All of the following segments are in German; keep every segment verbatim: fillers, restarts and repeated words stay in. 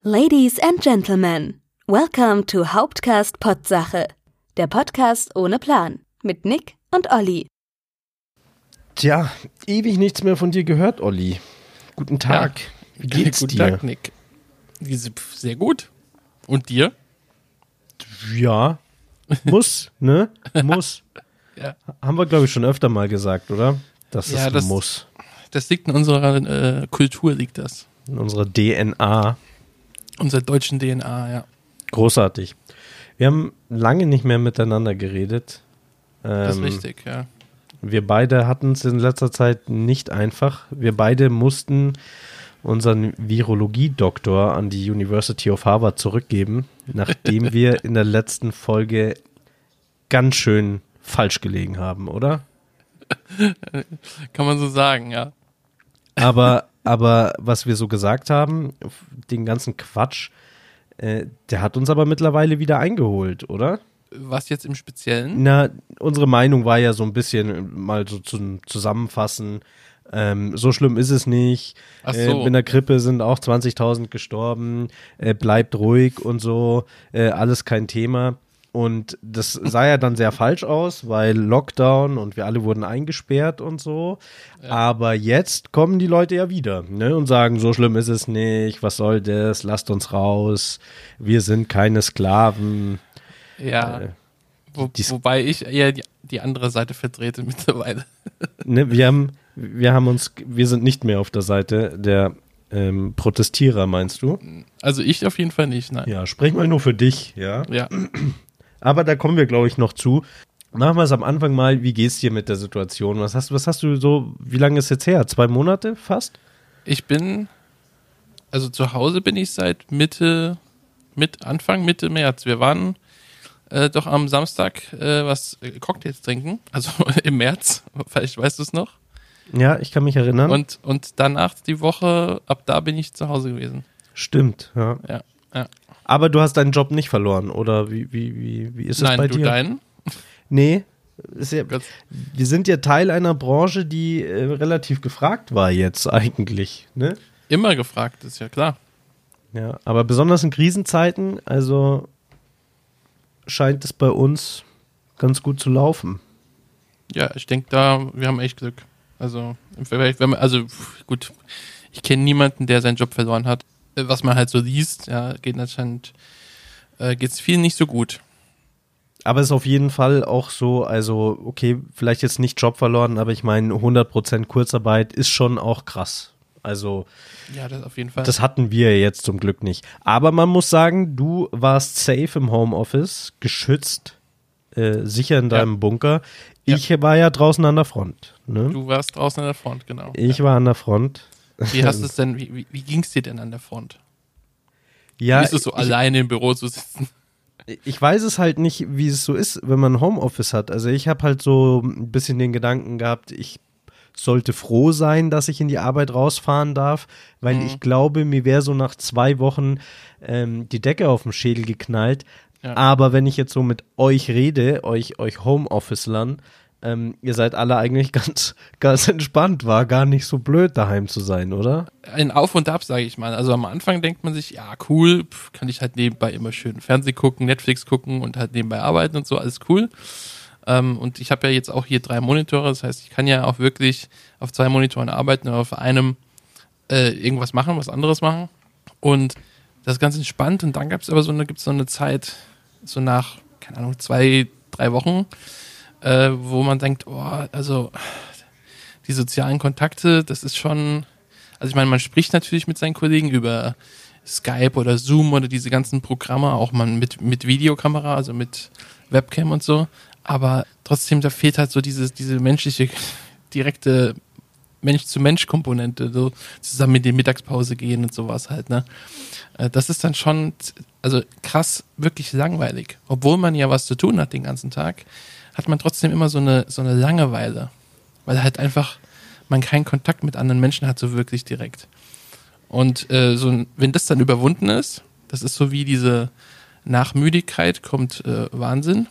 Ladies and Gentlemen, welcome to Hauptcast Potsache, der Podcast ohne Plan mit Nick und Olli. Tja, ewig nichts mehr von dir gehört, Olli. Guten Tag. Ja. Wie geht's Guten dir? Tag, Nick. Sehr gut. Und dir? Ja, muss, ne? Muss. Ja. Haben wir, glaube ich, schon öfter mal gesagt, oder? Dass Ja, es das- muss. Das liegt in unserer äh, Kultur, liegt das. In unserer D N A. Unserer deutschen D N A, ja. Großartig. Wir haben lange nicht mehr miteinander geredet. Das Ähm, ist richtig, ja. Wir beide hatten es in letzter Zeit nicht einfach. Wir beide mussten unseren Virologie-Doktor an die University of Harvard zurückgeben, nachdem wir in der letzten Folge ganz schön falsch gelegen haben, oder? Kann man so sagen, ja. Aber, aber was wir so gesagt haben, den ganzen Quatsch, äh, der hat uns aber mittlerweile wieder eingeholt, oder? Was jetzt im Speziellen? Na, unsere Meinung war ja so ein bisschen mal so zum Zusammenfassen. Ähm, so schlimm ist es nicht. Ach Äh, so. mit einer Grippe sind auch zwanzigtausend gestorben. Äh, bleibt ruhig und so. Äh, alles kein Thema. Und das sah ja dann sehr falsch aus, weil Lockdown und wir alle wurden eingesperrt und so. Aber jetzt kommen die Leute ja wieder, ne, und sagen, so schlimm ist es nicht. Was soll das? Lasst uns raus. Wir sind keine Sklaven. Ja. Äh, Wo, die- wobei ich eher die, die andere Seite vertrete mittlerweile. Ne, wir haben, wir haben uns, wir sind nicht mehr auf der Seite der ähm, Protestierer, meinst du? Also ich auf jeden Fall nicht, nein. Ja, sprech mal nur für dich, ja. Ja. Aber da kommen wir, glaube ich, noch zu. Machen wir es am Anfang mal, wie geht's dir mit der Situation? Was hast, was hast du so, wie lange ist jetzt her? Zwei Monate fast? Ich bin, also zu Hause bin ich seit Mitte, mit Anfang Mitte März. Wir waren äh, doch am Samstag äh, was äh, Cocktails trinken, also im März, vielleicht weißt du es noch. Ja, ich kann mich erinnern. Und, und danach die Woche, ab da bin ich zu Hause gewesen. Stimmt, ja. Ja, ja. Aber du hast deinen Job nicht verloren, oder wie, wie, wie, wie ist es Nein, bei du dir? deinen? Nee. Ist ja, Gott. wir sind ja Teil einer Branche, die äh, relativ gefragt war jetzt eigentlich, ne? Immer gefragt, ist ja klar. Ja, aber besonders in Krisenzeiten, also scheint es bei uns ganz gut zu laufen. Ja, ich denke da, wir haben echt Glück. Also, im Vergleich, wenn man, also pf, gut, ich kenne niemanden, der seinen Job verloren hat. Äh, Was man halt so liest, ja, geht anscheinend, äh, geht's vielen nicht so gut. Aber es ist auf jeden Fall auch so, also okay, vielleicht jetzt nicht Job verloren, aber ich meine hundert Prozent Kurzarbeit ist schon auch krass. Also Ja, das auf jeden Fall. das hatten wir jetzt zum Glück nicht. Aber man muss sagen, du warst safe im Homeoffice, geschützt, äh, sicher in deinem Ja. Bunker. Ja. Ich war ja draußen an der Front. Ne? Du warst draußen an der Front, genau. Ich ja. war an der Front. Wie hast du es denn, wie, wie, wie ging es dir denn an der Front? Ja, wie ist es so, ich, alleine im Büro zu sitzen? Ich weiß es halt nicht, wie es so ist, wenn man Homeoffice hat. Also ich habe halt so ein bisschen den Gedanken gehabt, ich sollte froh sein, dass ich in die Arbeit rausfahren darf, weil Mhm. ich glaube, mir wäre so nach zwei Wochen ähm, die Decke auf den Schädel geknallt. Ja. Aber wenn ich jetzt so mit euch rede, euch, euch Homeofficelern, ähm, ihr seid alle eigentlich ganz, ganz entspannt, war gar nicht so blöd, daheim zu sein, oder? Ein Auf und Ab, sage ich mal. Also am Anfang denkt man sich, ja cool, pf, kann ich halt nebenbei immer schön Fernsehen gucken, Netflix gucken und halt nebenbei arbeiten und so, alles cool. Ähm, und ich habe ja jetzt auch hier drei Monitore, das heißt, ich kann ja auch wirklich auf zwei Monitoren arbeiten oder auf einem äh, irgendwas machen, was anderes machen. Und das ist ganz entspannt. Und dann gab es aber so eine, gibt's so eine Zeit, so nach, keine Ahnung, zwei, drei Wochen, äh, wo man denkt, oh, also die sozialen Kontakte, das ist schon, also ich meine, man spricht natürlich mit seinen Kollegen über Skype oder Zoom oder diese ganzen Programme, auch mal mit, mit Videokamera, also mit Webcam und so, aber trotzdem, da fehlt halt so diese, diese menschliche, direkte Mensch-zu-Mensch-Komponente, so zusammen mit der Mittagspause gehen und sowas halt, ne. Äh, Das ist dann schon, also krass, wirklich langweilig. Obwohl man ja was zu tun hat den ganzen Tag, hat man trotzdem immer so eine, so eine Langeweile. Weil halt einfach man keinen Kontakt mit anderen Menschen hat, so wirklich direkt. Und äh, so, ein- wenn das dann überwunden ist, das ist so wie diese Nachmüdigkeit, kommt äh, Wahnsinn,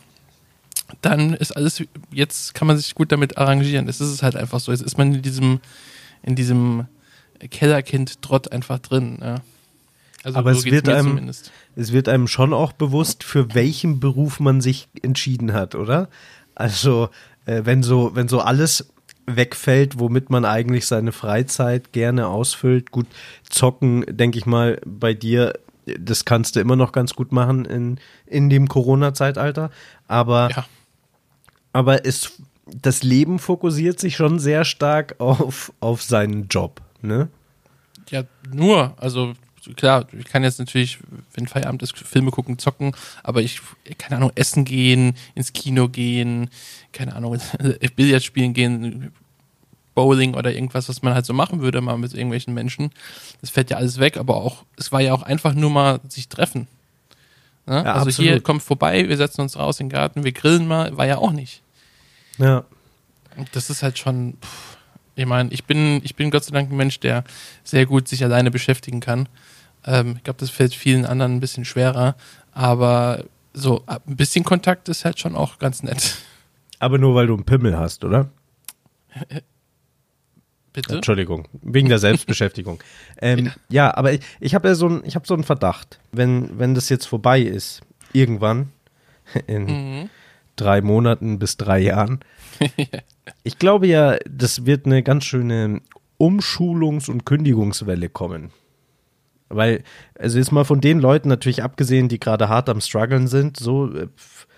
dann ist alles, jetzt kann man sich gut damit arrangieren. Es ist es halt einfach so. Jetzt ist man in diesem, in diesem Kellerkind-Trott einfach drin. Ja. Also Aber so es geht's wird mir einem, zumindest. es wird einem schon auch bewusst, für welchen Beruf man sich entschieden hat, oder? Also, äh, wenn so, wenn so alles wegfällt, womit man eigentlich seine Freizeit gerne ausfüllt. Gut, zocken, denke ich mal, bei dir, das kannst du immer noch ganz gut machen in, in dem Corona-Zeitalter. Aber, Ja. aber es, das Leben fokussiert sich schon sehr stark auf, auf seinen Job, ne? Ja, nur, also klar, ich kann jetzt natürlich, wenn Feierabend ist, Filme gucken, zocken, aber ich, keine Ahnung, essen gehen, ins Kino gehen, keine Ahnung, Billard spielen gehen, Bowling oder irgendwas, was man halt so machen würde, mal mit irgendwelchen Menschen. Das fällt ja alles weg, aber auch, es war ja auch einfach nur mal sich treffen. Ne? Ja, also absolut. hier, kommt vorbei, wir setzen uns raus in den Garten, wir grillen mal, war ja auch nicht. Ja. Und das ist halt schon, pff, ich meine, ich bin, ich bin Gott sei Dank ein Mensch, der sehr gut sich alleine beschäftigen kann. Ähm, ich glaube, das fällt vielen anderen ein bisschen schwerer, aber so ein bisschen Kontakt ist halt schon auch ganz nett. Aber nur, weil du einen Pimmel hast, oder? Bitte? Entschuldigung, wegen der Selbstbeschäftigung. ähm, ja. ja, aber ich, ich habe ja so ein, ich habe so einen Verdacht, wenn, wenn das jetzt vorbei ist, irgendwann in Mhm. drei Monaten bis drei Jahren. Ich glaube ja, das wird eine ganz schöne Umschulungs- und Kündigungswelle kommen. Weil, also jetzt mal von den Leuten natürlich abgesehen, die gerade hart am struggeln sind, so, äh,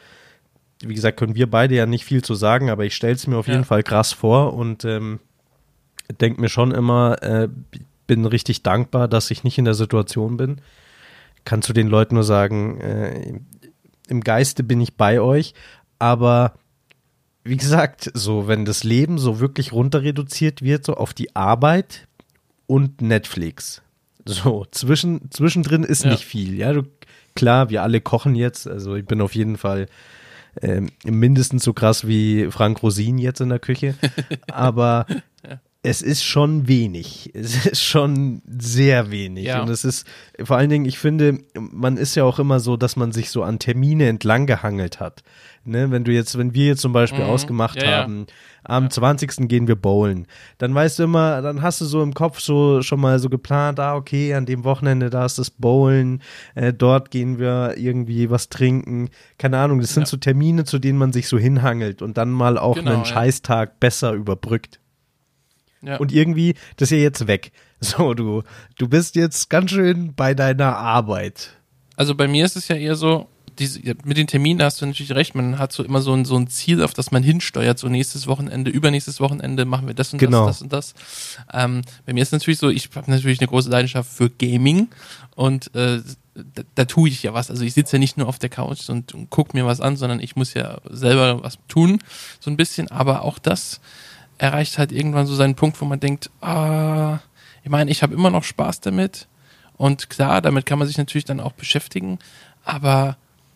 wie gesagt, können wir beide ja nicht viel zu sagen, aber ich stelle es mir auf Ja. jeden Fall krass vor und ähm, denke mir schon immer, äh, bin richtig dankbar, dass ich nicht in der Situation bin. Kann zu den Leuten nur sagen, äh, im Geiste bin ich bei euch, aber wie gesagt, so wenn das Leben so wirklich runter reduziert wird, so auf die Arbeit und Netflix. So, zwischen, zwischendrin ist Ja. nicht viel, ja. Du, klar, wir alle kochen jetzt, also ich bin auf jeden Fall ähm, mindestens so krass wie Frank Rosin jetzt in der Küche, aber es ist schon wenig. Es ist schon sehr wenig. Ja. Und es ist, vor allen Dingen, ich finde, man ist ja auch immer so, dass man sich so an Termine entlang gehangelt hat. Ne, wenn du jetzt, wenn wir jetzt zum Beispiel Mhm. ausgemacht Ja, ja. haben, am zwanzigsten gehen wir bowlen, dann weißt du immer, dann hast du so im Kopf so schon mal so geplant, ah, okay, an dem Wochenende, da ist das Bowlen, äh, dort gehen wir irgendwie was trinken, keine Ahnung, das sind Ja. so Termine, zu denen man sich so hinhangelt und dann mal auch Genau, einen ja. Scheißtag besser überbrückt. Ja. Und irgendwie, das ist ja jetzt weg. So, du, du bist jetzt ganz schön bei deiner Arbeit. Also bei mir ist es ja eher so, diese, ja, mit den Terminen hast du natürlich recht, man hat so immer so ein, so ein Ziel, auf das man hinsteuert, so nächstes Wochenende, übernächstes Wochenende machen wir das und Genau. das, das und das. Ähm, bei mir ist natürlich so, ich habe natürlich eine große Leidenschaft für Gaming und äh, da, da tue ich ja was. Also ich sitze ja nicht nur auf der Couch und, und gucke mir was an, sondern ich muss ja selber was tun, so ein bisschen, aber auch das erreicht halt irgendwann so seinen Punkt, wo man denkt, ah, ich meine, ich habe immer noch Spaß damit und klar, damit kann man sich natürlich dann auch beschäftigen, aber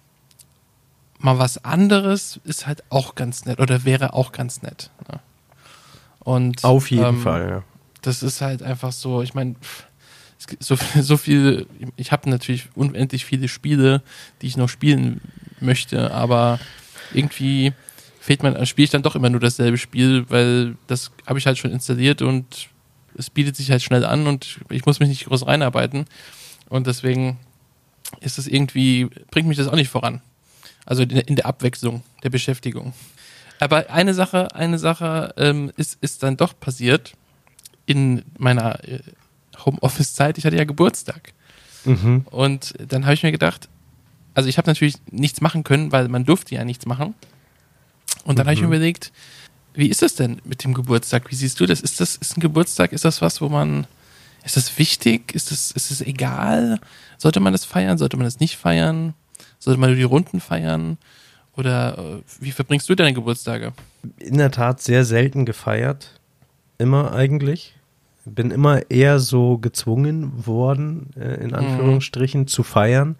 mal was anderes ist halt auch ganz nett oder wäre auch ganz nett. Ne? Und Auf jeden ähm, Fall, ja. das ist halt einfach so, ich meine, es gibt so, so viel, ich habe natürlich unendlich viele Spiele, die ich noch spielen möchte, aber irgendwie fehlt man, spiele ich dann doch immer nur dasselbe Spiel, weil das habe ich halt schon installiert und es bietet sich halt schnell an und ich muss mich nicht groß reinarbeiten und deswegen ist es irgendwie, bringt mich das auch nicht voran. Also in der, in der Abwechslung der Beschäftigung. Aber eine Sache, eine Sache ähm, ist, ist dann doch passiert in meiner äh, Homeoffice-Zeit. Ich hatte ja Geburtstag. Mhm. Und dann habe ich mir gedacht, also ich habe natürlich nichts machen können, weil man durfte ja nichts machen. Und dann Mhm. habe ich mir überlegt, wie ist das denn mit dem Geburtstag? Wie siehst du das? Ist das, ist ein Geburtstag, ist das was, wo man, ist das wichtig? Ist das, ist es egal? Sollte man das feiern? Sollte man das nicht feiern? Sollte man nur die Runden feiern? Oder äh, wie verbringst du deine Geburtstage? In der Tat sehr selten gefeiert. Immer eigentlich. Bin immer eher so gezwungen worden, äh, in Anführungsstrichen, zu feiern.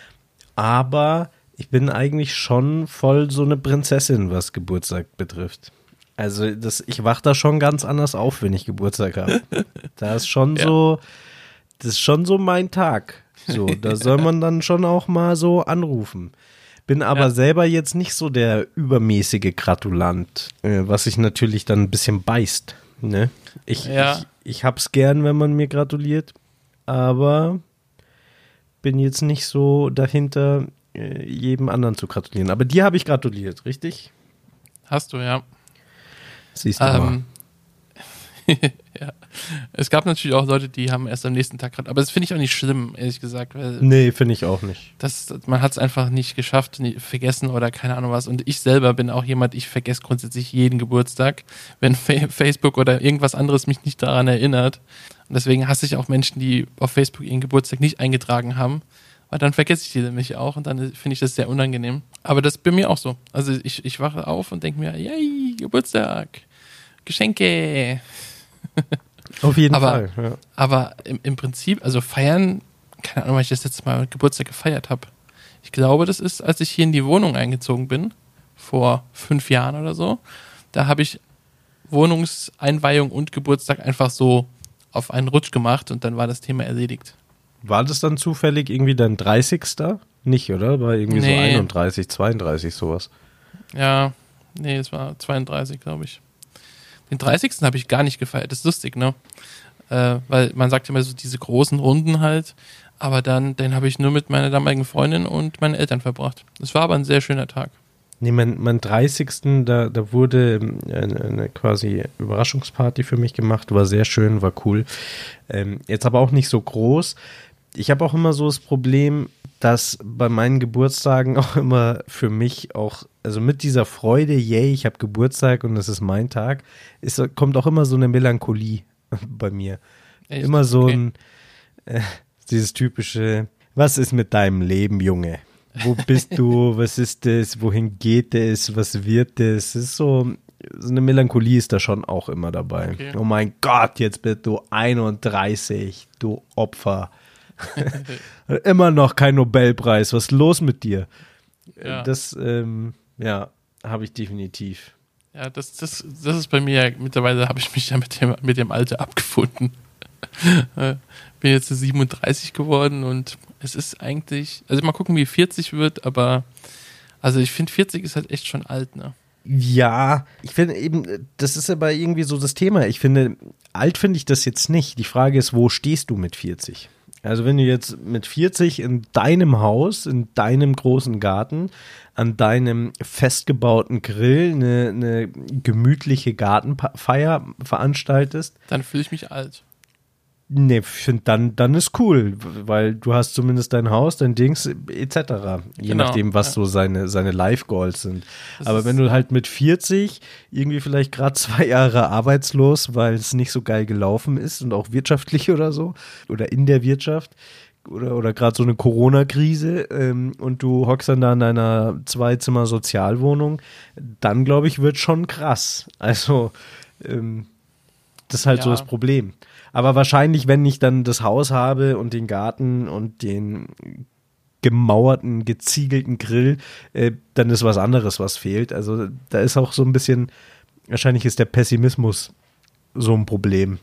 Aber ich bin eigentlich schon voll so eine Prinzessin, was Geburtstag betrifft. Also das, ich wach da schon ganz anders auf, wenn ich Geburtstag habe. Da ist schon Ja. so, das ist schon so mein Tag. So, da soll man dann schon auch mal so anrufen. Bin aber Ja. selber jetzt nicht so der übermäßige Gratulant, äh, was sich natürlich dann ein bisschen beißt. Ne? Ich, Ja. ich, ich hab's gern, wenn man mir gratuliert, aber bin jetzt nicht so dahinter, äh, jedem anderen zu gratulieren. Aber dir habe ich gratuliert, richtig? Hast du, ja. Siehst du mal. Ähm, ja. Es gab natürlich auch Leute, die haben erst am nächsten Tag gratuliert. Aber das finde ich auch nicht schlimm, ehrlich gesagt. Weil Nee, finde ich auch nicht. das, man hat es einfach nicht geschafft, nie, vergessen oder keine Ahnung was. Und ich selber bin auch jemand, ich vergesse grundsätzlich jeden Geburtstag, wenn Fa- Facebook oder irgendwas anderes mich nicht daran erinnert. Und deswegen hasse ich auch Menschen, die auf Facebook ihren Geburtstag nicht eingetragen haben. Weil dann vergesse ich die nämlich auch und dann finde ich das sehr unangenehm. Aber das ist bei mir auch so. Also ich, ich wache auf und denke mir, yay, Geburtstag, Geschenke. Auf jeden aber, Fall. Ja. Aber im, im Prinzip, also feiern, keine Ahnung, weil ich das letzte Mal Geburtstag gefeiert habe. Ich glaube, das ist, als ich hier in die Wohnung eingezogen bin, vor fünf Jahren oder so. Da habe ich Wohnungseinweihung und Geburtstag einfach so auf einen Rutsch gemacht und dann war das Thema erledigt. War das dann zufällig irgendwie dein dreißigster? Nicht, oder? War irgendwie so Nee. einunddreißig, zweiunddreißig sowas. Ja, nee, es war zweiunddreißig, glaube ich. Den dreißigsten habe ich gar nicht gefeiert. Das ist lustig, ne? Äh, weil man sagt immer so diese großen Runden halt. Aber dann, den habe ich nur mit meiner damaligen Freundin und meinen Eltern verbracht. Es war aber ein sehr schöner Tag. Nee, mein, mein dreißigsten Da, da wurde eine, eine quasi Überraschungsparty für mich gemacht. War sehr schön, war cool. Ähm, jetzt aber auch nicht so groß. Ich habe auch immer so das Problem, dass bei meinen Geburtstagen auch immer für mich auch, also mit dieser Freude, yay, ich habe Geburtstag und das ist mein Tag, ist, kommt auch immer so eine Melancholie bei mir. Echt? Immer so Okay. ein, äh, dieses typische, was ist mit deinem Leben, Junge? Wo bist du? Was ist das? Wohin geht es? Was wird es? Es ist so, so eine Melancholie ist da schon auch immer dabei. Okay. Oh mein Gott, jetzt bist du einunddreißig, du Opfer. Immer noch kein Nobelpreis. Was ist los mit dir? Ja. Das, ähm, ja, habe ich definitiv. Ja, das, das, das ist bei mir ja, mittlerweile habe ich mich ja mit dem, mit dem Alter abgefunden. Äh, Bin jetzt siebenunddreißig geworden und es ist eigentlich, also mal gucken, wie vierzig wird, aber also ich finde vierzig ist halt echt schon alt, ne? Ja, ich finde eben, das ist aber irgendwie so das Thema. Ich finde, alt finde ich das jetzt nicht. Die Frage ist, wo stehst du mit vierzig? Also wenn du jetzt mit vierzig in deinem Haus, in deinem großen Garten, an deinem festgebauten Grill eine, eine gemütliche Gartenfeier veranstaltest, Dann fühle ich mich alt. nee, find, dann, dann ist cool, weil du hast zumindest dein Haus, dein Dings et cetera. Je Genau, nachdem, was ja. so seine, seine Life-Goals sind. Das Aber ist- wenn du halt mit vierzig irgendwie vielleicht gerade zwei Jahre arbeitslos, weil es nicht so geil gelaufen ist und auch wirtschaftlich oder so, oder in der Wirtschaft, oder, oder gerade so eine Corona-Krise ähm, und du hockst dann da in deiner Zwei-Zimmer-Sozialwohnung, dann glaube ich, wird schon krass. Also, ähm, das ist halt so Ja. das Problem. Aber wahrscheinlich, wenn ich dann das Haus habe und den Garten und den gemauerten, geziegelten Grill, äh, dann ist was anderes, was fehlt. Also da ist auch so ein bisschen, wahrscheinlich ist der Pessimismus so ein Problem.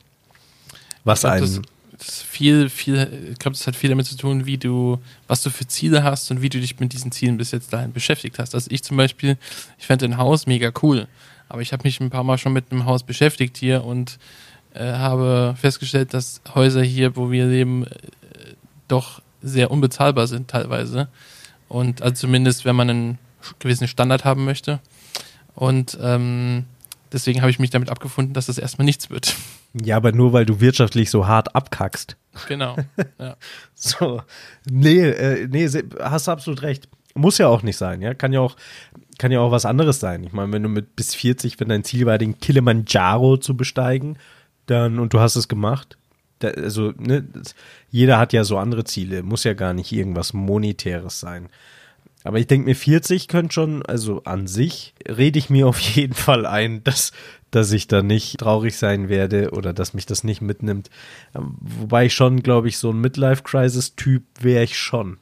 Was Ich glaub, das, einen, das ist viel, viel, ich glaube, das hat viel damit zu tun, wie du, was du für Ziele hast und wie du dich mit diesen Zielen bis jetzt dahin beschäftigt hast. Also ich zum Beispiel, ich fände ein Haus mega cool, aber ich habe mich ein paar Mal schon mit einem Haus beschäftigt hier und äh, habe festgestellt, dass Häuser hier, wo wir leben, äh, doch sehr unbezahlbar sind teilweise. Und also zumindest, wenn man einen gewissen Standard haben möchte. Und ähm, deswegen habe ich mich damit abgefunden, dass das erstmal nichts wird. ja, aber nur weil du wirtschaftlich so hart abkackst. Genau. Ja. So, nee, äh, nee, se- hast du absolut recht. Muss ja auch nicht sein, ja. Kann ja auch, kann ja auch was anderes sein. Ich meine, wenn du mit bis vierzig, wenn dein Ziel war, den Kilimanjaro zu besteigen, dann, und du hast es gemacht, da, also, ne, das, jeder hat ja so andere Ziele, muss ja gar nicht irgendwas Monetäres sein. Aber ich denke mir, vierzig könnte schon, also an sich, rede ich mir auf jeden Fall ein, dass, dass ich da nicht traurig sein werde oder dass mich das nicht mitnimmt. Ähm, Wobei ich schon, glaube ich, so ein Midlife-Crisis-Typ wäre ich schon.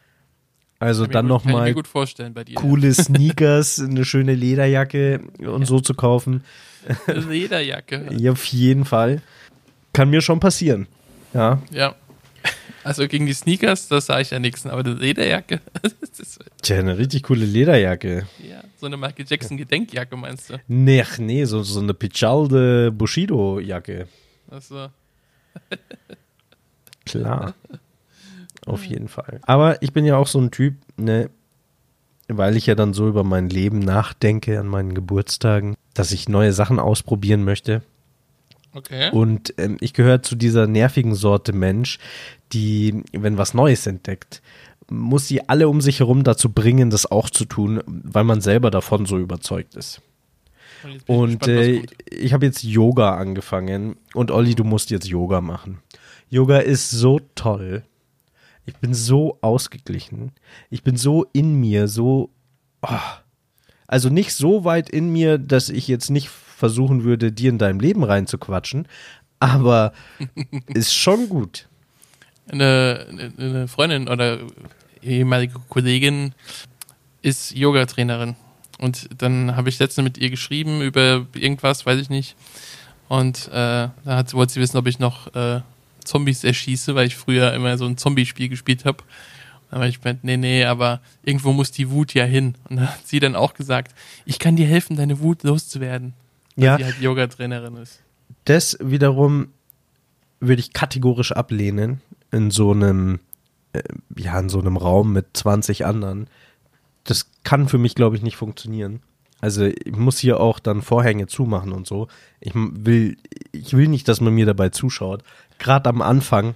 Also Kann dann mir gut- Kann ich nochmal mir gut vorstellen bei dir. coole Sneakers, eine schöne Lederjacke und so zu kaufen. Eine Lederjacke. Ja, auf jeden Fall. Kann mir schon passieren. Ja. Ja. Also gegen die Sneakers, das sah ich ja nichts, aber eine Lederjacke, das ist, Tja, eine richtig coole Lederjacke. ja, so eine Michael Jackson Gedenkjacke meinst du? Nee, ach nee, so, so eine Pichalde Bushido-Jacke. Also, Klar. auf jeden Fall. Aber ich bin ja auch so ein Typ, ne, weil ich ja dann so über mein Leben nachdenke an meinen Geburtstagen, dass ich neue Sachen ausprobieren möchte. Okay. Und ähm, ich gehöre zu dieser nervigen Sorte Mensch, die, wenn was Neues entdeckt, muss sie alle um sich herum dazu bringen, das auch zu tun, weil man selber davon so überzeugt ist. Und, Und äh, ich habe jetzt Yoga angefangen und Olli, du musst jetzt Yoga machen. Yoga ist so toll. Ich bin so ausgeglichen. Ich bin so in mir, so, oh. Also nicht so weit in mir, dass ich jetzt nicht versuchen würde, dir in deinem Leben reinzuquatschen, aber ist schon gut. Eine, eine Freundin oder ehemalige Kollegin ist Yoga-Trainerin. Und dann habe ich letztens mit ihr geschrieben über irgendwas, weiß ich nicht. Und äh, da hat, wollte sie wissen, ob ich noch äh, Zombies erschieße, weil ich früher immer so ein Zombie-Spiel gespielt habe. Dann habe ich gemeint, nee, nee, aber irgendwo muss die Wut ja hin. Und dann hat sie dann auch gesagt, ich kann dir helfen, deine Wut loszuwerden. Weil Ja. sie halt Yoga-Trainerin ist. Das wiederum würde ich kategorisch ablehnen in so einem, äh, ja, in so einem Raum mit zwanzig anderen. Das kann für mich, glaube ich, nicht funktionieren. Also ich muss hier auch dann Vorhänge zumachen und so. Ich will, ich will nicht, dass man mir dabei zuschaut. Gerade am Anfang,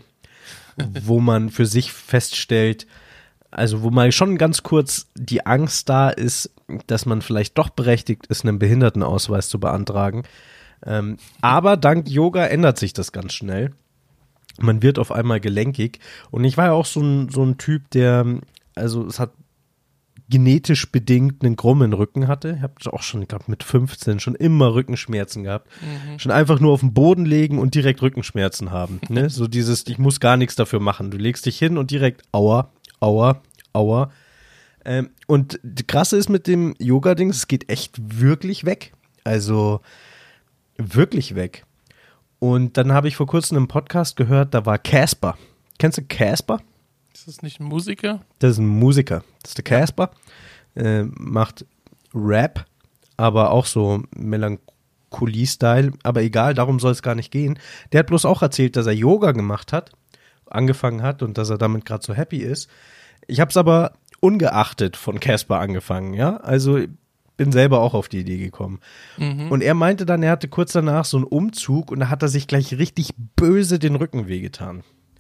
wo man für sich feststellt, also wo mal schon ganz kurz die Angst da ist, dass man vielleicht doch berechtigt ist, einen Behindertenausweis zu beantragen. Ähm, aber dank Yoga ändert sich das ganz schnell. Man wird auf einmal gelenkig. Und ich war ja auch so ein, so ein Typ, der, also es hat genetisch bedingt einen krummen Rücken hatte. Ich habe auch schon, ich glaube mit fünfzehn schon immer Rückenschmerzen gehabt. Mhm. Schon einfach nur auf den Boden legen und direkt Rückenschmerzen haben. Ne? So dieses, ich muss gar nichts dafür machen. Du legst dich hin und direkt aua, aua, aua. Ähm, und das Krasse ist mit dem Yoga-Ding, es geht echt wirklich weg. Also wirklich weg. Und dann habe ich vor kurzem einen Podcast gehört, da war Casper. Kennst du Casper? Ist das nicht ein Musiker? Das ist ein Musiker. Das ist der Casper. Äh, macht Rap, aber auch so Melancholie-Style. Aber egal, darum soll es gar nicht gehen. Der hat bloß auch erzählt, dass er Yoga gemacht hat, angefangen hat und dass er damit gerade so happy ist. Ich habe es aber ungeachtet von Casper angefangen, ja. Also bin selber auch auf die Idee gekommen. Mhm. Und er meinte dann, er hatte kurz danach so einen Umzug und da hat er sich gleich richtig böse den Rücken wehgetan.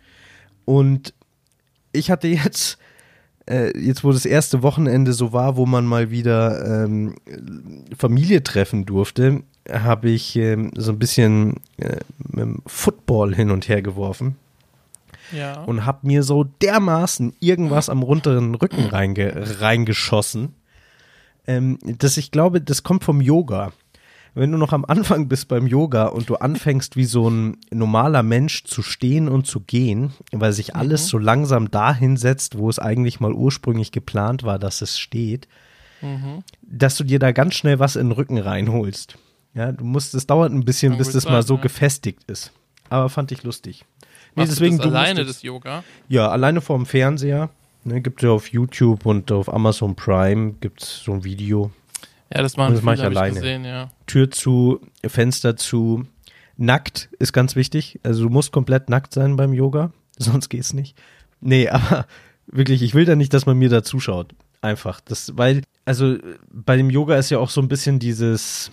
Und ich hatte jetzt, äh, jetzt wo das erste Wochenende so war, wo man mal wieder ähm, Familie treffen durfte, habe ich ähm, so ein bisschen äh, mit dem Football hin und her geworfen. Ja. Und habe mir so dermaßen irgendwas am runteren Rücken reinge- reingeschossen, ähm, dass ich glaube, das kommt vom Yoga. Wenn du noch am Anfang bist beim Yoga und du anfängst wie so ein normaler Mensch zu stehen und zu gehen, weil sich alles mhm. so langsam dahin setzt, wo es eigentlich mal ursprünglich geplant war, dass es steht, mhm. dass du dir da ganz schnell was in den Rücken reinholst. Ja, du musst, es dauert ein bisschen, Kann bis das sein, mal so ja. gefestigt ist. Aber fand ich lustig. Nee, deswegen, du das alleine, musstest, das Yoga? Ja, alleine vorm Fernseher. Ne, gibt es ja auf YouTube und auf Amazon Prime gibt es so ein Video. Ja, das machen das viele, ich alleine. Ich gesehen, ja. Tür zu, Fenster zu. Nackt ist ganz wichtig. Also du musst komplett nackt sein beim Yoga, sonst geht's nicht. Nee, aber wirklich, ich will da nicht, dass man mir da zuschaut. Einfach. Das, weil, also bei dem Yoga ist ja auch so ein bisschen dieses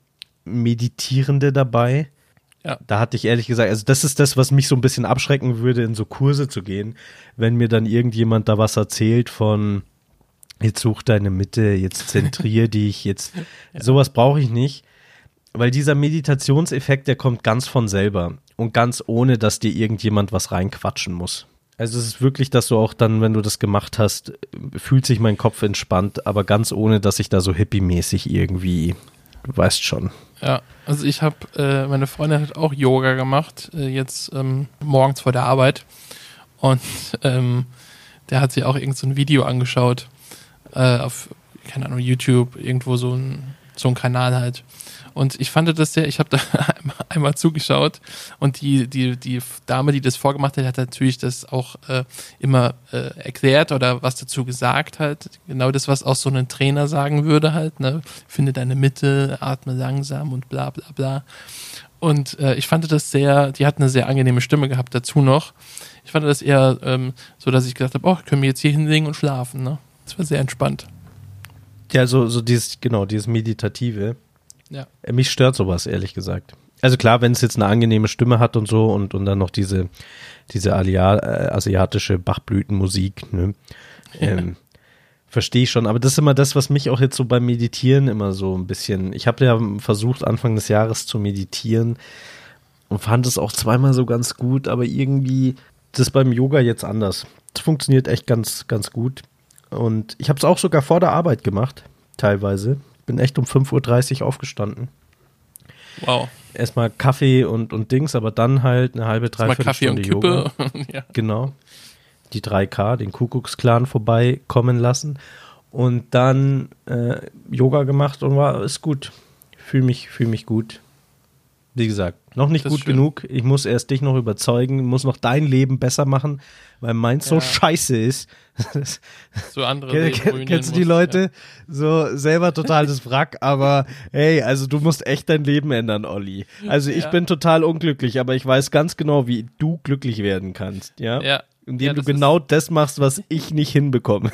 Meditierende dabei. Ja. Da hatte ich ehrlich gesagt, also das ist das, was mich so ein bisschen abschrecken würde, in so Kurse zu gehen, wenn mir dann irgendjemand da was erzählt von jetzt such deine Mitte, jetzt zentrier dich, jetzt ja. sowas brauche ich nicht, weil dieser Meditationseffekt, der kommt ganz von selber und ganz ohne, dass dir irgendjemand was reinquatschen muss. Also es ist wirklich, dass du auch dann, wenn du das gemacht hast, fühlt sich mein Kopf entspannt, aber ganz ohne, dass ich da so hippie-mäßig irgendwie, du weißt schon. Ja, also ich habe, äh, meine Freundin hat auch Yoga gemacht, äh, jetzt ähm, morgens vor der Arbeit und ähm, der hat sich auch irgend so ein Video angeschaut äh, auf, keine Ahnung, YouTube, irgendwo so ein, so ein Kanal halt. Und ich fand das sehr, ich habe da einmal zugeschaut und die, die, die Dame, die das vorgemacht hat, hat natürlich das auch äh, immer äh, erklärt oder was dazu gesagt halt. Genau das, was auch so ein Trainer sagen würde halt, ne? Finde deine Mitte, atme langsam und bla bla bla. Und äh, ich fand das sehr, die hat eine sehr angenehme Stimme gehabt dazu noch. Ich fand das eher ähm, so, dass ich gedacht habe, oh, können wir jetzt hier hinlegen und schlafen, ne? Das war sehr entspannt. Ja, so, so dieses, genau, dieses Meditative. Ja. Mich stört sowas, ehrlich gesagt. Also klar, wenn es jetzt eine angenehme Stimme hat und so und, und dann noch diese, diese Alia, äh, asiatische Bachblütenmusik, ne? Ähm, verstehe ich schon, aber das ist immer das, was mich auch jetzt so beim Meditieren immer so ein bisschen, ich habe ja versucht, Anfang des Jahres zu meditieren und fand es auch zweimal so ganz gut, aber irgendwie, das ist beim Yoga jetzt anders. Das funktioniert echt ganz, ganz gut und ich habe es auch sogar vor der Arbeit gemacht, teilweise. Bin echt um fünf Uhr dreißig aufgestanden. Wow. Erstmal Kaffee und, und Dings, aber dann halt eine halbe, dreiviertel Stunde Yoga. Ja. Genau. Die drei K, den Kuckucksklan vorbeikommen lassen und dann äh, Yoga gemacht und war, ist gut. Fühle mich, fühl mich gut. Wie gesagt, noch nicht Das gut ist schön. genug. Ich muss erst dich noch überzeugen, muss noch dein Leben besser machen, weil meins so Ja. scheiße ist. So andere Kenn, Leben kenn, ruinieren kennst du die muss, Leute? So selber totales Wrack, aber hey, also du musst echt dein Leben ändern, Olli. Also ich Ja. bin total unglücklich, aber ich weiß ganz genau, wie du glücklich werden kannst, ja? Ja. Ja. Indem Ja, du das genau das machst, was ich nicht hinbekomme.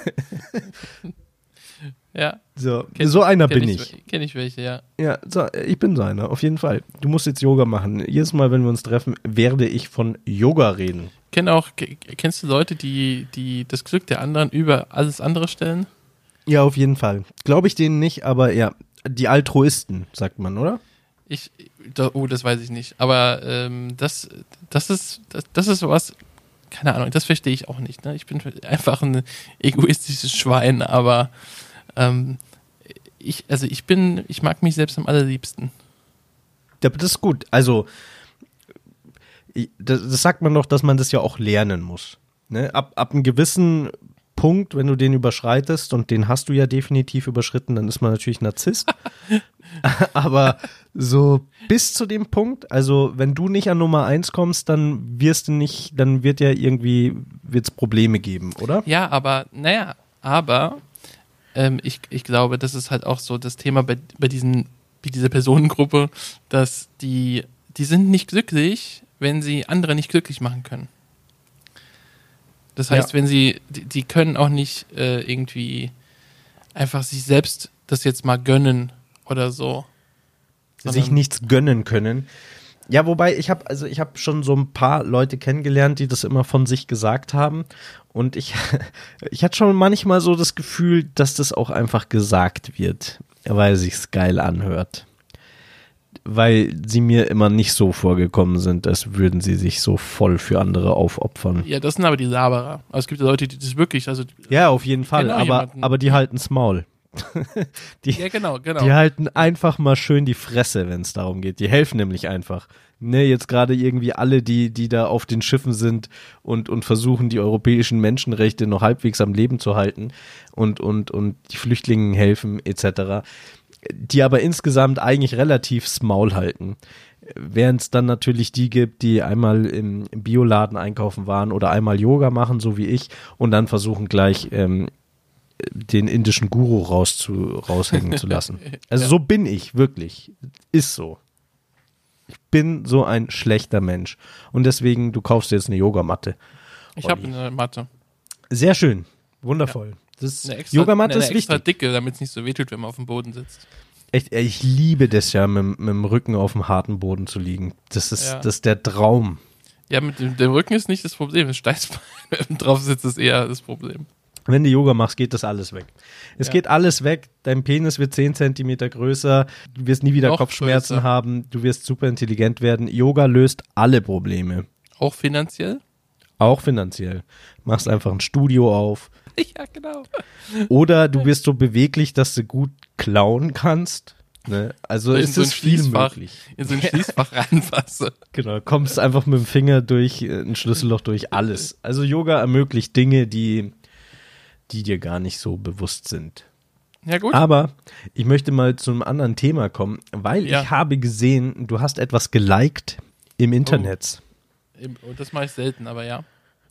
Ja. So, Kenn- so einer kenn bin ich. Kenne ich welche, ja. Ja, so, ich bin so einer, auf jeden Fall. Du musst jetzt Yoga machen. Jedes Mal, wenn wir uns treffen, werde ich von Yoga reden. Kenn auch, ke- kennst du Leute, die, die das Glück der anderen über alles andere stellen? Ja, auf jeden Fall. Glaube ich denen nicht, aber ja, die Altruisten, sagt man, oder? Ich, da, oh, das weiß ich nicht. Aber ähm, das, das ist, das, das ist sowas, keine Ahnung, das verstehe ich auch nicht. Ne? Ich bin einfach ein egoistisches Schwein, aber ähm, ich, also ich bin, ich mag mich selbst am allerliebsten. Ja, das ist gut. Also, ich- das, das sagt man doch, dass man das ja auch lernen muss. Ne? Ab, ab einem gewissen Punkt, wenn du den überschreitest, und den hast du ja definitiv überschritten, dann ist man natürlich Narzisst. Aber so bis zu dem Punkt, also wenn du nicht an Nummer eins kommst, dann wirst du nicht, dann wird ja irgendwie, wird's Probleme geben, oder? Ja, aber, naja, aber ähm, ich, ich glaube, das ist halt auch so das Thema bei, bei diesen, bei dieser Personengruppe, dass die, die sind nicht glücklich, wenn sie andere nicht glücklich machen können. Das heißt, Ja. wenn sie, die, die können auch nicht äh, irgendwie einfach sich selbst das jetzt mal gönnen oder so. Sich Sondern- nichts gönnen können. Ja, wobei ich habe also ich habe schon so ein paar Leute kennengelernt, die das immer von sich gesagt haben, und ich ich hatte schon manchmal so das Gefühl, dass das auch einfach gesagt wird, weil sich's geil anhört. Weil sie mir immer nicht so vorgekommen sind, als würden sie sich so voll für andere aufopfern. Ja, das sind aber die Laberer. Aber es gibt ja Leute, die das wirklich, also Ja, auf jeden Fall, Genau, aber jemanden. aber die halten's Maul. die, ja genau, genau. Die halten einfach mal schön die Fresse, wenn es darum geht. Die helfen nämlich einfach. Ne, jetzt gerade irgendwie alle, die, die da auf den Schiffen sind und, und versuchen, die europäischen Menschenrechte noch halbwegs am Leben zu halten und, und, und die Flüchtlingen helfen, et cetera, die aber insgesamt eigentlich relativ Maul halten. Während es dann natürlich die gibt, die einmal im, im Bioladen einkaufen waren oder einmal Yoga machen, so wie ich, und dann versuchen gleich ähm, den indischen Guru rauszu, raushängen zu lassen. Also Ja. so bin ich, wirklich. Ist so. Ich bin so ein schlechter Mensch. Und deswegen, du kaufst dir jetzt eine Yogamatte. Ich habe eine Matte. Sehr schön. Wundervoll. Das ist, Eine extra, Yogamatte eine ist extra wichtig. dicke, damit es nicht so wehtut, wenn man auf dem Boden sitzt. Echt, ey, ich liebe das ja, mit, mit dem Rücken auf dem harten Boden zu liegen. Das ist, Ja. das ist der Traum. Ja, mit dem, dem Rücken ist nicht das Problem, das Steißbein drauf sitzt ist eher das Problem. Wenn du Yoga machst, geht das alles weg. Es Ja. geht alles weg. Dein Penis wird zehn Zentimeter größer. Du wirst nie wieder Noch Kopfschmerzen größer. haben. Du wirst super intelligent werden. Yoga löst alle Probleme. Auch finanziell? Auch finanziell. Machst einfach ein Studio auf. Ja, genau. Oder du wirst so beweglich, dass du gut klauen kannst. Ne? Also In es so ein ist viel Schließfach. möglich. In so ein Schließfach reinpasse. Genau, kommst einfach mit dem Finger durch äh, ein Schlüsselloch durch alles. Also Yoga ermöglicht Dinge, die, die dir gar nicht so bewusst sind. Ja, gut. Aber ich möchte mal zu einem anderen Thema kommen, weil Ja. ich habe gesehen, du hast etwas geliked im Internet. Eben, das mache ich selten, aber ja.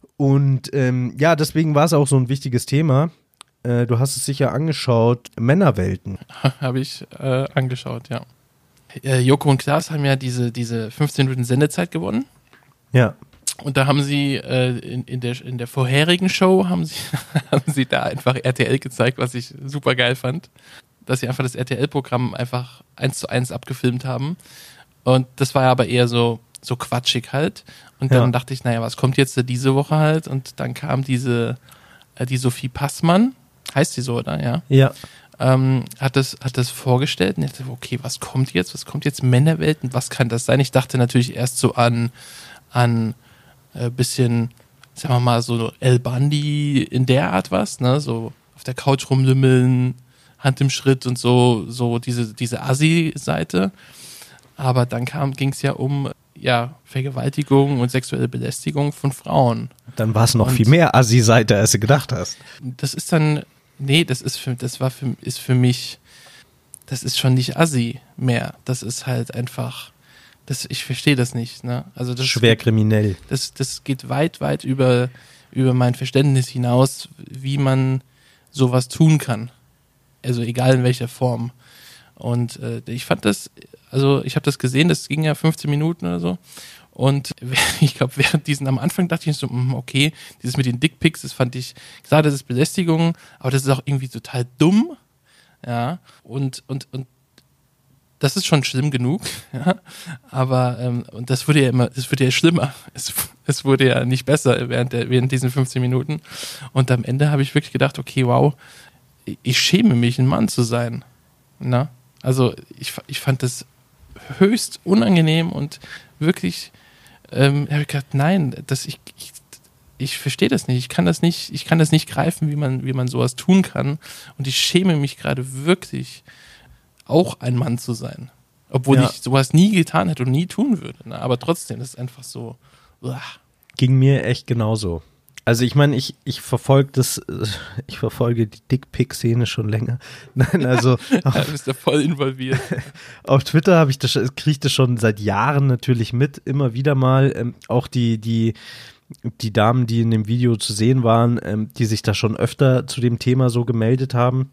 Und ähm, ja, deswegen war es auch so ein wichtiges Thema. Äh, du hast es sicher angeschaut, Männerwelten. Habe ich äh, angeschaut, ja. Äh, Joko und Klaas haben ja diese, diese fünfzehn Minuten Sendezeit gewonnen. Ja. Und da haben sie äh, in, in, der, in der vorherigen Show haben sie, haben sie da einfach R T L gezeigt, was ich super geil fand. Dass sie einfach das R T L-Programm einfach eins zu eins abgefilmt haben. Und das war aber eher so, so quatschig halt. Und dann ja. dachte ich, naja, was kommt jetzt diese Woche halt? Und dann kam diese, äh, die Sophie Passmann, heißt sie so, oder? Ja. Ja. Ähm, hat das, hat das vorgestellt und ich dachte, okay, was kommt jetzt? Was kommt jetzt? Männerwelt und was kann das sein? Ich dachte natürlich erst so an, an, äh, bisschen, sagen wir mal, so El Bandi in der Art was, ne? So auf der Couch rumlümmeln, Hand im Schritt und so, so diese, diese Assi-Seite. Aber dann kam, ging es ja um, ja, Vergewaltigung und sexuelle Belästigung von Frauen. Dann war es noch und viel mehr Assi-Seite, als du gedacht hast. Das ist dann, nee, das ist für, das war für, ist für mich, das ist schon nicht Assi mehr. Das ist halt einfach, das, ich verstehe das nicht, ne? Also das schwer geht, kriminell. Das, das geht weit, weit über, über mein Verständnis hinaus, wie man sowas tun kann. Also egal in welcher Form. Und äh, ich fand das, also ich habe das gesehen, das ging ja fünfzehn Minuten oder so. Und ich glaube, während diesen, am Anfang dachte ich so, okay, dieses mit den Dickpics, das fand ich, klar, das ist Belästigung, aber das ist auch irgendwie total dumm. Ja, und, und, und das ist schon schlimm genug, ja. Aber ähm, und das wurde ja immer, das wurde ja schlimmer. Es, es wurde ja nicht besser während der, während diesen fünfzehn Minuten. Und am Ende habe ich wirklich gedacht, okay, wow, ich schäme mich, ein Mann zu sein. Na? Also ich, ich fand das höchst unangenehm und wirklich ähm, habe ich gedacht, nein, das, ich, ich, ich verstehe das nicht. Ich kann das nicht, ich kann das nicht greifen, wie man, wie man sowas tun kann. Und ich schäme mich gerade wirklich, auch ein Mann zu sein. Obwohl ja. ich sowas nie getan hätte und nie tun würde. Ne? Aber trotzdem, das ist einfach so. Uah. Ging mir echt genauso. Also ich meine, ich, ich verfolge das, ich verfolge die Dickpick-Szene schon länger. Nein, also ja, du bist ja voll involviert. Auf Twitter habe ich das, kriege ich das schon seit Jahren natürlich mit, immer wieder mal. Ähm, auch die, die, die Damen, die in dem Video zu sehen waren, ähm, die sich da schon öfter zu dem Thema so gemeldet haben.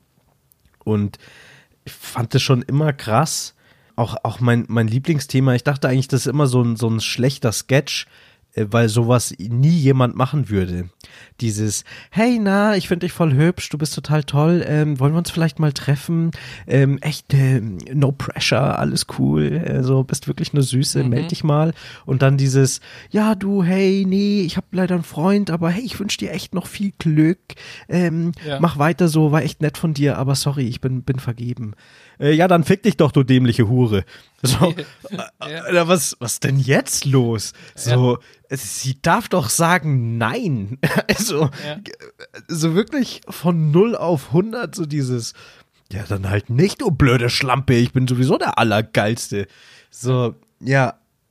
Und ich fand das schon immer krass. Auch, auch mein, mein Lieblingsthema, ich dachte eigentlich, das ist immer so ein, so ein schlechter Sketch, weil sowas nie jemand machen würde. Dieses, hey, na, ich finde dich voll hübsch, du bist total toll, ähm, wollen wir uns vielleicht mal treffen? Ähm, echt, äh, no pressure, alles cool, also bist wirklich eine Süße, mhm. meld dich mal. Und dann dieses, ja, du, hey, nee, ich habe leider einen Freund, aber hey, ich wünsche dir echt noch viel Glück, ähm, ja. mach weiter so, war echt nett von dir, aber sorry, ich bin, bin vergeben. Äh, ja, dann fick dich doch, du dämliche Hure. So, ja. äh, was, was denn jetzt los? So, ja. sie darf doch sagen nein. Also, ja. so wirklich von null auf hundert so dieses, ja, dann halt nicht, du blöde Schlampe, ich bin sowieso der Allergeilste. So, ja,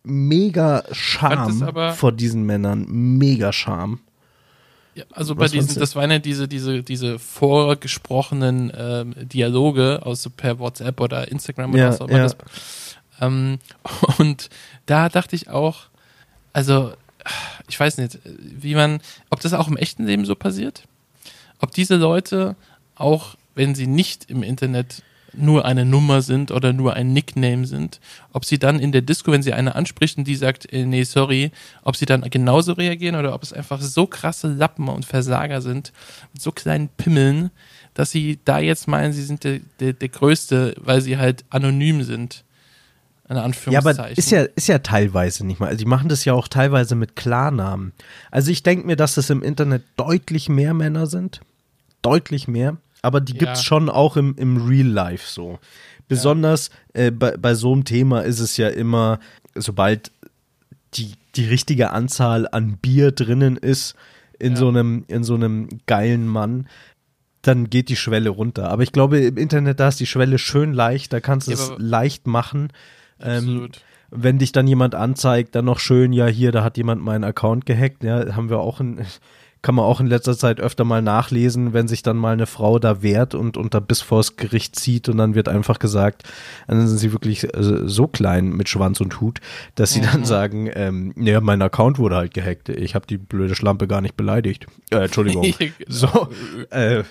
mega Charme vor diesen Männern, mega Charme. Ja, also bei diesen, das waren ja diese, diese, diese vorgesprochenen ähm, Dialoge aus per WhatsApp oder Instagram oder ja, was auch immer ja. das. Ähm, und da dachte ich auch, also ich weiß nicht, wie man, ob das auch im echten Leben so passiert, ob diese Leute auch, wenn sie nicht im Internet nur eine Nummer sind oder nur ein Nickname sind, ob sie dann in der Disco, wenn sie eine anspricht und die sagt, äh, nee, sorry, ob sie dann genauso reagieren oder ob es einfach so krasse Lappen und Versager sind, mit so kleinen Pimmeln, dass sie da jetzt meinen, sie sind der, der, der Größte, weil sie halt anonym sind. In Anführungszeichen. Ja, aber ist ja, ist ja teilweise nicht mal. Also die machen das ja auch teilweise mit Klarnamen. Also ich denke mir, dass es im Internet deutlich mehr Männer sind. Deutlich mehr. Aber die gibt's ja. schon auch im, im Real Life so. Besonders ja. äh, bei, bei so einem Thema ist es ja immer, sobald die, die richtige Anzahl an Bier drinnen ist in ja. so einem, in so einem geilen Mann, dann geht die Schwelle runter. Aber ich glaube, im Internet, da ist die Schwelle schön leicht, da kannst du ja, es leicht machen. Absolut. Ähm, wenn dich dann jemand anzeigt, dann noch schön, ja hier, da hat jemand meinen Account gehackt, ja, haben wir auch in, kann man auch in letzter Zeit öfter mal nachlesen, wenn sich dann mal eine Frau da wehrt und, und da bis vors Gericht zieht und dann wird einfach gesagt, dann sind sie wirklich so klein mit Schwanz und Hut, dass sie mhm. dann sagen, ähm, ja, mein Account wurde halt gehackt, ich habe die blöde Schlampe gar nicht beleidigt. Äh, Entschuldigung. Genau. So, äh,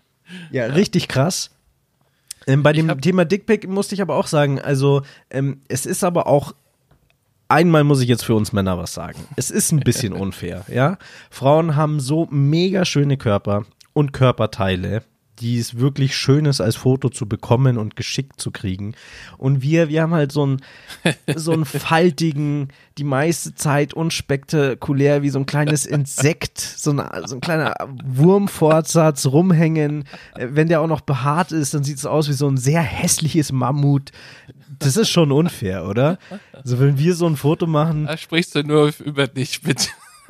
ja, richtig krass. Ähm, bei dem Thema Dickpic musste ich aber auch sagen, also ähm, es ist aber auch einmal muss ich jetzt für uns Männer was sagen. Es ist ein bisschen unfair, ja. Frauen haben so mega schöne Körper und Körperteile, die es wirklich schön ist, als Foto zu bekommen und geschickt zu kriegen. Und wir, wir haben halt so einen, so einen faltigen, die meiste Zeit unspektakulär, wie so ein kleines Insekt, so ein, so ein kleiner Wurmfortsatz rumhängen. Wenn der auch noch behaart ist, dann sieht es aus wie so ein sehr hässliches Mammut. Das ist schon unfair, oder? Also wenn wir so ein Foto machen. Da sprichst du nur über dich, bitte.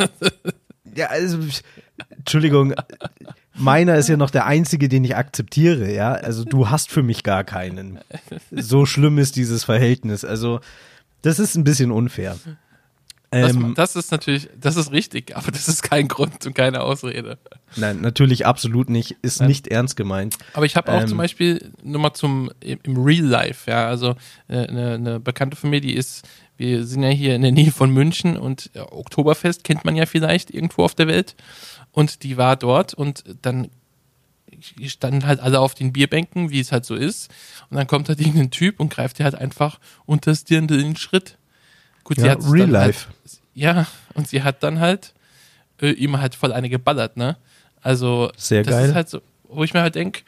Ja, also, Entschuldigung, meiner ist ja noch der einzige, den ich akzeptiere, ja. Also du hast für mich gar keinen. So schlimm ist dieses Verhältnis. Also das ist ein bisschen unfair. Das, Ähm, das ist natürlich, das ist richtig, aber das ist kein Grund und keine Ausrede. Nein, natürlich absolut nicht. Ist Nein. nicht ernst gemeint. Aber ich habe auch Ähm, zum Beispiel nur mal zum im, im Real Life, ja, also äh, eine, eine Bekannte von mir, die ist, wir sind ja hier in der Nähe von München und ja, Oktoberfest kennt man ja vielleicht irgendwo auf der Welt und die war dort und dann standen halt alle auf den Bierbänken, wie es halt so ist und dann kommt halt irgendein Typ und greift dir halt einfach unter das Dirndl in den Schritt. Gut, sie Ja, hat Real dann Life. Halt, ja, und sie hat dann halt äh, ihm halt voll eine geballert, ne? Also, Sehr das geil. ist halt so, wo ich mir halt denke,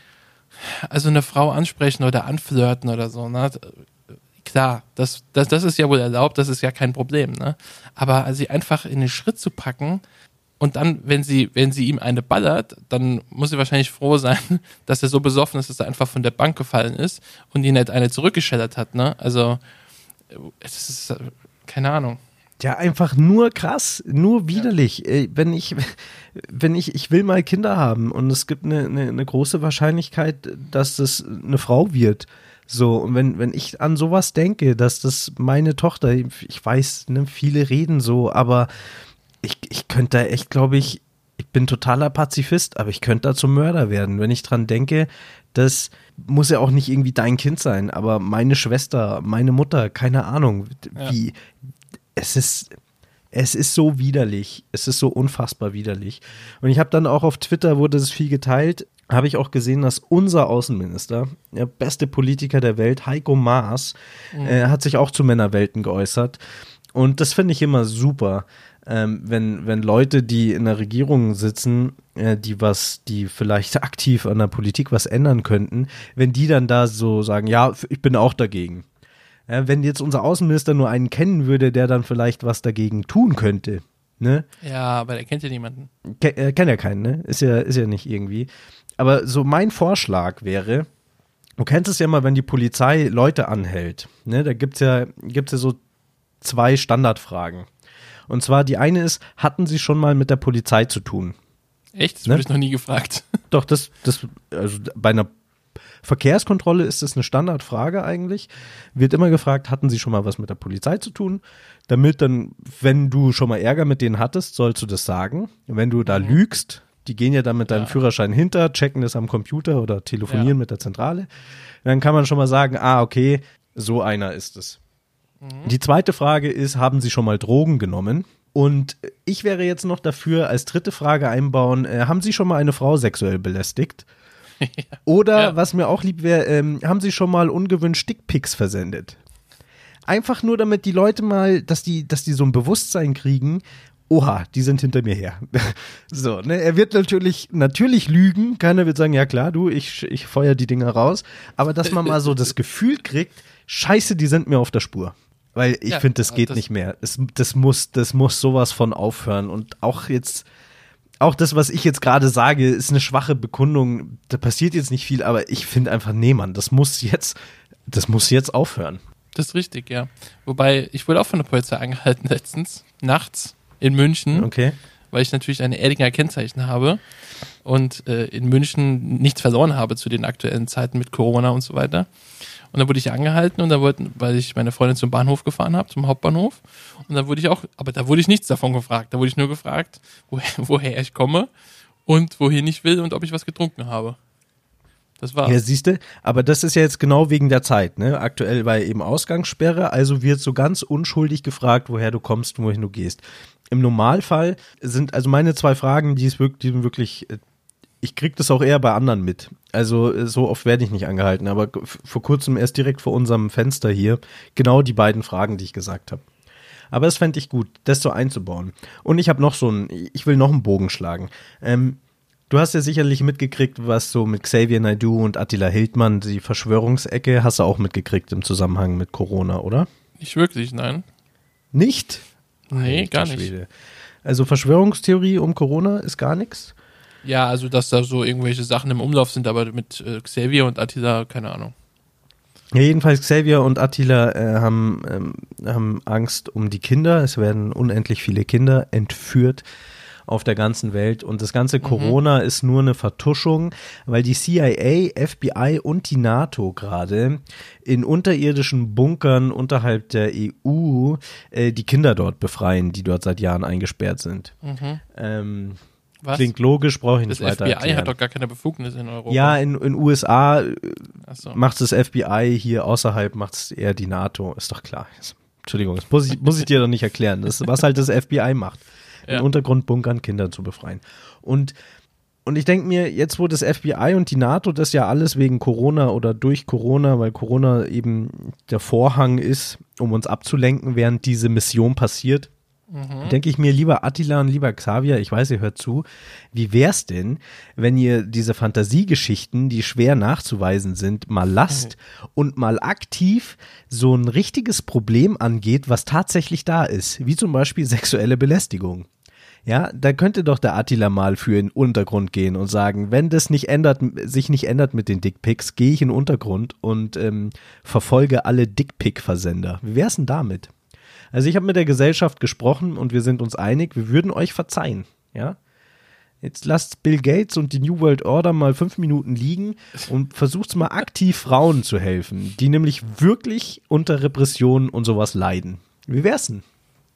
also eine Frau ansprechen oder anflirten oder so, ne? Klar, das, das, das ist ja wohl erlaubt, das ist ja kein Problem, ne? Aber sie einfach in den Schritt zu packen und dann, wenn sie, wenn sie ihm eine ballert, dann muss sie wahrscheinlich froh sein, dass er so besoffen ist, dass er einfach von der Bank gefallen ist und ihn nicht eine zurückgeschellert hat, ne? Also, es ist, keine Ahnung. Ja, einfach nur krass, nur widerlich. Ja. Wenn ich, wenn ich, ich will mal Kinder haben und es gibt eine, eine, eine große Wahrscheinlichkeit, dass das eine Frau wird. So, und wenn, wenn ich an sowas denke, dass das meine Tochter, ich weiß, ne, viele reden so, aber ich, ich könnte da echt, glaube ich, ich bin totaler Pazifist, aber ich könnte da zum Mörder werden, wenn ich dran denke, das muss ja auch nicht irgendwie dein Kind sein, aber meine Schwester, meine Mutter, keine Ahnung, wie, ja. es ist, es ist so widerlich, es ist so unfassbar widerlich. Und ich habe dann auch auf Twitter, wurde es viel geteilt, habe ich auch gesehen, dass unser Außenminister, der beste Politiker der Welt, Heiko Maas, mhm. äh, hat sich auch zu Männerwelten geäußert. Und das finde ich immer super, ähm, wenn, wenn Leute, die in der Regierung sitzen, äh, die was, die vielleicht aktiv an der Politik was ändern könnten, wenn die dann da so sagen, ja, ich bin auch dagegen. Ja, wenn jetzt unser Außenminister nur einen kennen würde, der dann vielleicht was dagegen tun könnte, ne? Ja, aber der kennt ja niemanden. Ken, äh, kennt ja keinen, ne? Ist ja, ist ja nicht irgendwie. Aber so mein Vorschlag wäre, du kennst es ja mal, wenn die Polizei Leute anhält, ne? Da gibt's ja, gibt's ja so zwei Standardfragen. Und zwar die eine ist, hatten Sie schon mal mit der Polizei zu tun? Echt? Das ne? wurde ich noch nie gefragt. Doch, das, das, also bei einer Verkehrskontrolle ist das eine Standardfrage eigentlich. Wird immer gefragt, hatten Sie schon mal was mit der Polizei zu tun? Damit dann, wenn du schon mal Ärger mit denen hattest, sollst du das sagen. Wenn du da mhm. lügst, die gehen ja dann mit deinem ja. Führerschein hinter, checken das am Computer oder telefonieren ja. mit der Zentrale. Dann kann man schon mal sagen, ah, okay, so einer ist es. Mhm. Die zweite Frage ist, haben Sie schon mal Drogen genommen? Und ich wäre jetzt noch dafür, als dritte Frage einbauen, äh, haben Sie schon mal eine Frau sexuell belästigt? Ja. Oder, ja. was mir auch lieb wäre, ähm, haben Sie schon mal ungewünscht Dickpics versendet? Einfach nur, damit die Leute mal, dass die, dass die so ein Bewusstsein kriegen, oha, die sind hinter mir her. So, ne, er wird natürlich, natürlich lügen, keiner wird sagen, ja klar, du, ich, ich feuer die Dinger raus, aber dass man mal so das Gefühl kriegt, scheiße, die sind mir auf der Spur. Weil ich ja, finde, das geht das nicht mehr. Das, das, muss, das muss sowas von aufhören. Und auch jetzt, auch das, was ich jetzt gerade sage, ist eine schwache Bekundung. Da passiert jetzt nicht viel, aber ich finde einfach, nee, Mann, das muss jetzt, das muss jetzt aufhören. Das ist richtig, ja. Wobei, ich wurde auch von der Polizei angehalten letztens, nachts in München. Okay. Weil ich natürlich eine Erdinger Kennzeichen habe und äh, in München nichts verloren habe zu den aktuellen Zeiten mit Corona und so weiter. Und dann wurde ich angehalten und da wollten, weil ich meine Freundin zum Bahnhof gefahren habe, zum Hauptbahnhof. Und dann wurde ich auch, aber da wurde ich nichts davon gefragt. Da wurde ich nur gefragt, woher, woher ich komme und wohin ich will und ob ich was getrunken habe. Das war's. Ja, siehste, aber das ist ja jetzt genau wegen der Zeit, ne? Aktuell war ja eben Ausgangssperre, also wird so ganz unschuldig gefragt, woher du kommst und wohin du gehst. Im Normalfall sind also meine zwei Fragen, die ist wirklich, die sind wirklich, ich krieg das auch eher bei anderen mit. Also so oft werde ich nicht angehalten, aber vor kurzem erst direkt vor unserem Fenster hier genau die beiden Fragen, die ich gesagt habe. Aber das fände ich gut, das so einzubauen. Und ich habe noch so ein, ich will noch einen Bogen schlagen. Ähm, du hast ja sicherlich mitgekriegt, was so mit Xavier Naidoo und Attila Hildmann, die Verschwörungsecke, hast du auch mitgekriegt im Zusammenhang mit Corona, oder? Nicht wirklich, nein. Nicht? Nee, Alter gar nicht. Schwede. Also Verschwörungstheorie um Corona ist gar nichts? Ja, also dass da so irgendwelche Sachen im Umlauf sind, aber mit äh, Xavier und Attila, keine Ahnung. Ja, jedenfalls Xavier und Attila äh, haben, ähm, haben Angst um die Kinder. Es werden unendlich viele Kinder entführt auf der ganzen Welt. Und das ganze mhm. Corona ist nur eine Vertuschung, weil die C I A, F B I und die NATO gerade in unterirdischen Bunkern unterhalb der E U äh, die Kinder dort befreien, die dort seit Jahren eingesperrt sind. Mhm. Ähm, Was? Klingt logisch, brauche ich nicht Das weiter F B I erklären. hat doch gar keine Befugnis in Europa. Ja, in den U S A Ach so. macht das F B I, hier außerhalb macht es eher die NATO, ist doch klar. Entschuldigung, das muss ich, muss ich dir doch nicht erklären. Das ist, was halt das F B I macht, Ja. in Untergrundbunkern Kinder zu befreien. Und, und ich denke mir, jetzt wo das F B I und die NATO, das ja alles wegen Corona oder durch Corona, weil Corona eben der Vorhang ist, um uns abzulenken, während diese Mission passiert, Mhm. denke ich mir, lieber Attila und lieber Xavier, ich weiß, ihr hört zu, wie wär's denn, wenn ihr diese Fantasiegeschichten, die schwer nachzuweisen sind, mal lasst mhm. und mal aktiv so ein richtiges Problem angeht, was tatsächlich da ist, wie zum Beispiel sexuelle Belästigung. Ja, da könnte doch der Attila mal für in den Untergrund gehen und sagen, wenn das nicht ändert, sich nicht ändert mit den Dickpics, gehe ich in den Untergrund und ähm, verfolge alle Dickpic-Versender. Wie wär's denn damit? Also ich habe mit der Gesellschaft gesprochen und wir sind uns einig, wir würden euch verzeihen, ja. Jetzt lasst Bill Gates und die New World Order mal fünf Minuten liegen und versucht mal aktiv Frauen zu helfen, die nämlich wirklich unter Repressionen und sowas leiden. Wie wär's denn?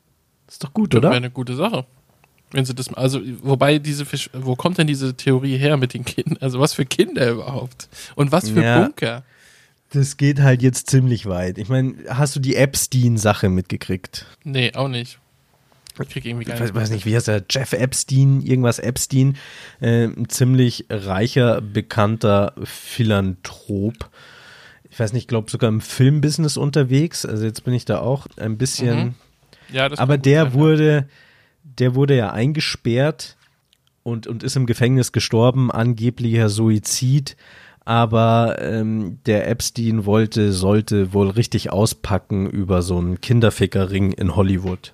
Ist doch gut, Das oder? wäre eine gute Sache. Wenn sie das, also, wobei diese, Fisch, wo kommt denn diese Theorie her mit den Kindern? Also, was für Kinder überhaupt? Und was für Ja. Bunker? Das geht halt jetzt ziemlich weit. Ich meine, hast du die Epstein-Sache mitgekriegt? Nee, auch nicht. Ich krieg irgendwie gar Ich weiß, nicht. weiß nicht, wie heißt der? Jeff Epstein, irgendwas Epstein. Äh, ein ziemlich reicher, bekannter Philanthrop. Ich weiß nicht, ich glaube sogar im Filmbusiness unterwegs. Also jetzt bin ich da auch ein bisschen. Mhm. Ja, das Aber kann gut der sein, wurde, der wurde ja eingesperrt und, und ist im Gefängnis gestorben, angeblicher Suizid. Aber ähm, der Epstein wollte, sollte wohl richtig auspacken über so einen Kinderfickerring in Hollywood.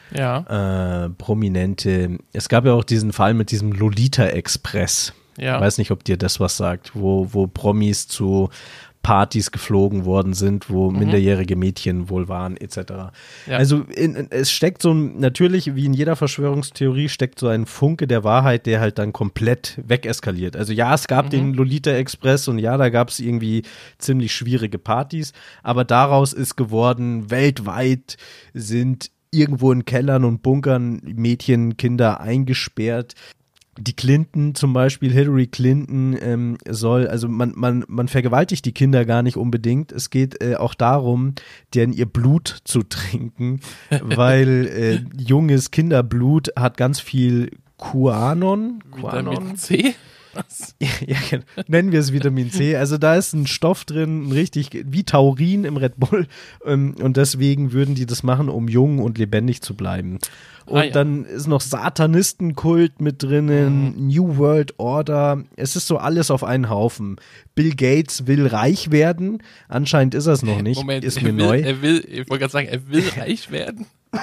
Ja. Äh, Prominente. Es gab ja auch diesen Fall mit diesem Lolita-Express. Ja. Ich weiß nicht, ob dir das was sagt, wo, wo Promis zu Partys geflogen worden sind, wo Mhm. minderjährige Mädchen wohl waren, et cetera. Ja. Also in, in, es steckt so ein, natürlich wie in jeder Verschwörungstheorie steckt so ein Funke der Wahrheit, der halt dann komplett wegeskaliert. Also ja, es gab Mhm. den Lolita Express und ja, da gab es irgendwie ziemlich schwierige Partys, aber daraus ist geworden, weltweit sind irgendwo in Kellern und Bunkern Mädchen, Kinder eingesperrt. Die Clinton zum Beispiel, Hillary Clinton ähm, soll, also man, man, man vergewaltigt die Kinder gar nicht unbedingt. Es geht äh, auch darum, deren ihr Blut zu trinken, weil äh, junges Kinderblut hat ganz viel Quanon. Vitamin C? Was? Ja, ja, nennen wir es Vitamin C. Also da ist ein Stoff drin, ein richtig wie Taurin im Red Bull ähm, und deswegen würden die das machen, um jung und lebendig zu bleiben. Und Ah, ja. dann ist noch Satanistenkult mit drinnen, Mhm. New World Order. Es ist so alles auf einen Haufen. Bill Gates will reich werden. Anscheinend ist er es noch nicht. Moment, ist er mir will, neu. Er will, ich wollte gerade sagen, er will reich werden.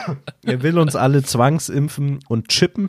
Er will uns alle zwangsimpfen und chippen.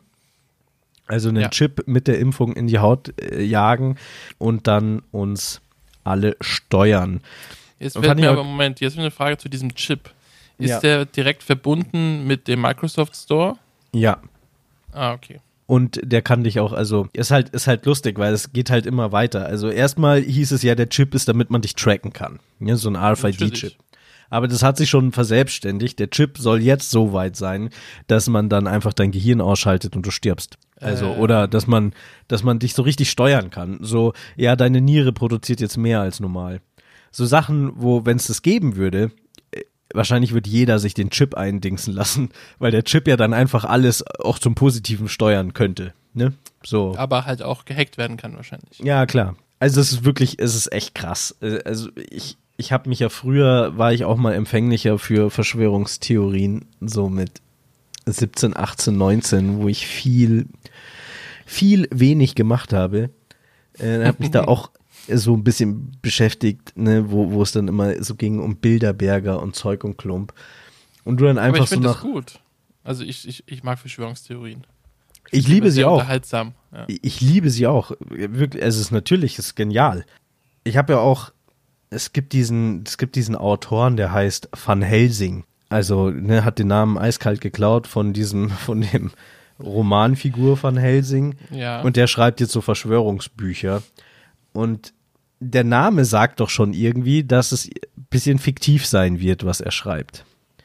Also einen Ja. Chip mit der Impfung in die Haut äh, jagen und dann uns alle steuern. Jetzt Und fällt fand mir ich aber, auch- Moment, jetzt eine Frage zu diesem Chip. Ist Ja. der direkt verbunden mit dem Microsoft Store? Ja. Ah, okay. Und der kann dich auch, also ist halt, ist halt lustig, weil es geht halt immer weiter. Also erstmal hieß es ja, der Chip ist, damit man dich tracken kann. Ja, so ein R F I D-Chip. Natürlich. Aber das hat sich schon verselbstständigt. Der Chip soll jetzt so weit sein, dass man dann einfach dein Gehirn ausschaltet und du stirbst. Also, Äh. oder dass man, dass man dich so richtig steuern kann. So, ja, deine Niere produziert jetzt mehr als normal. So Sachen, wo, wenn es das geben würde, äh, wahrscheinlich wird jeder sich den Chip eindingsen lassen, weil der Chip ja dann einfach alles auch zum Positiven steuern könnte. Ne? So. Aber halt auch gehackt werden kann wahrscheinlich. Ja, klar. Also es ist wirklich, es ist echt krass. Äh, Also ich, ich habe mich ja früher, war ich auch mal empfänglicher für Verschwörungstheorien, so mit siebzehn, achtzehn, neunzehn, wo ich viel, viel wenig gemacht habe. Äh, habe mich da auch so ein bisschen beschäftigt, ne, wo, wo es dann immer so ging um Bilderberger und Zeug und Klump. Und du dann einfach Aber ich so finde nach... das gut. Also ich, ich, ich mag Verschwörungstheorien. Ich, ich sehr liebe sie auch. Unterhaltsam. Ja. Ich liebe sie auch. Wirklich, es ist natürlich, es ist genial. Ich habe ja auch, es gibt diesen, es gibt diesen Autoren, der heißt Van Helsing. Also, ne, hat den Namen eiskalt geklaut von diesem, von dem Romanfigur Van Helsing. Ja. Und der schreibt jetzt so Verschwörungsbücher. Und der Name sagt doch schon irgendwie, dass es ein bisschen fiktiv sein wird, was er schreibt.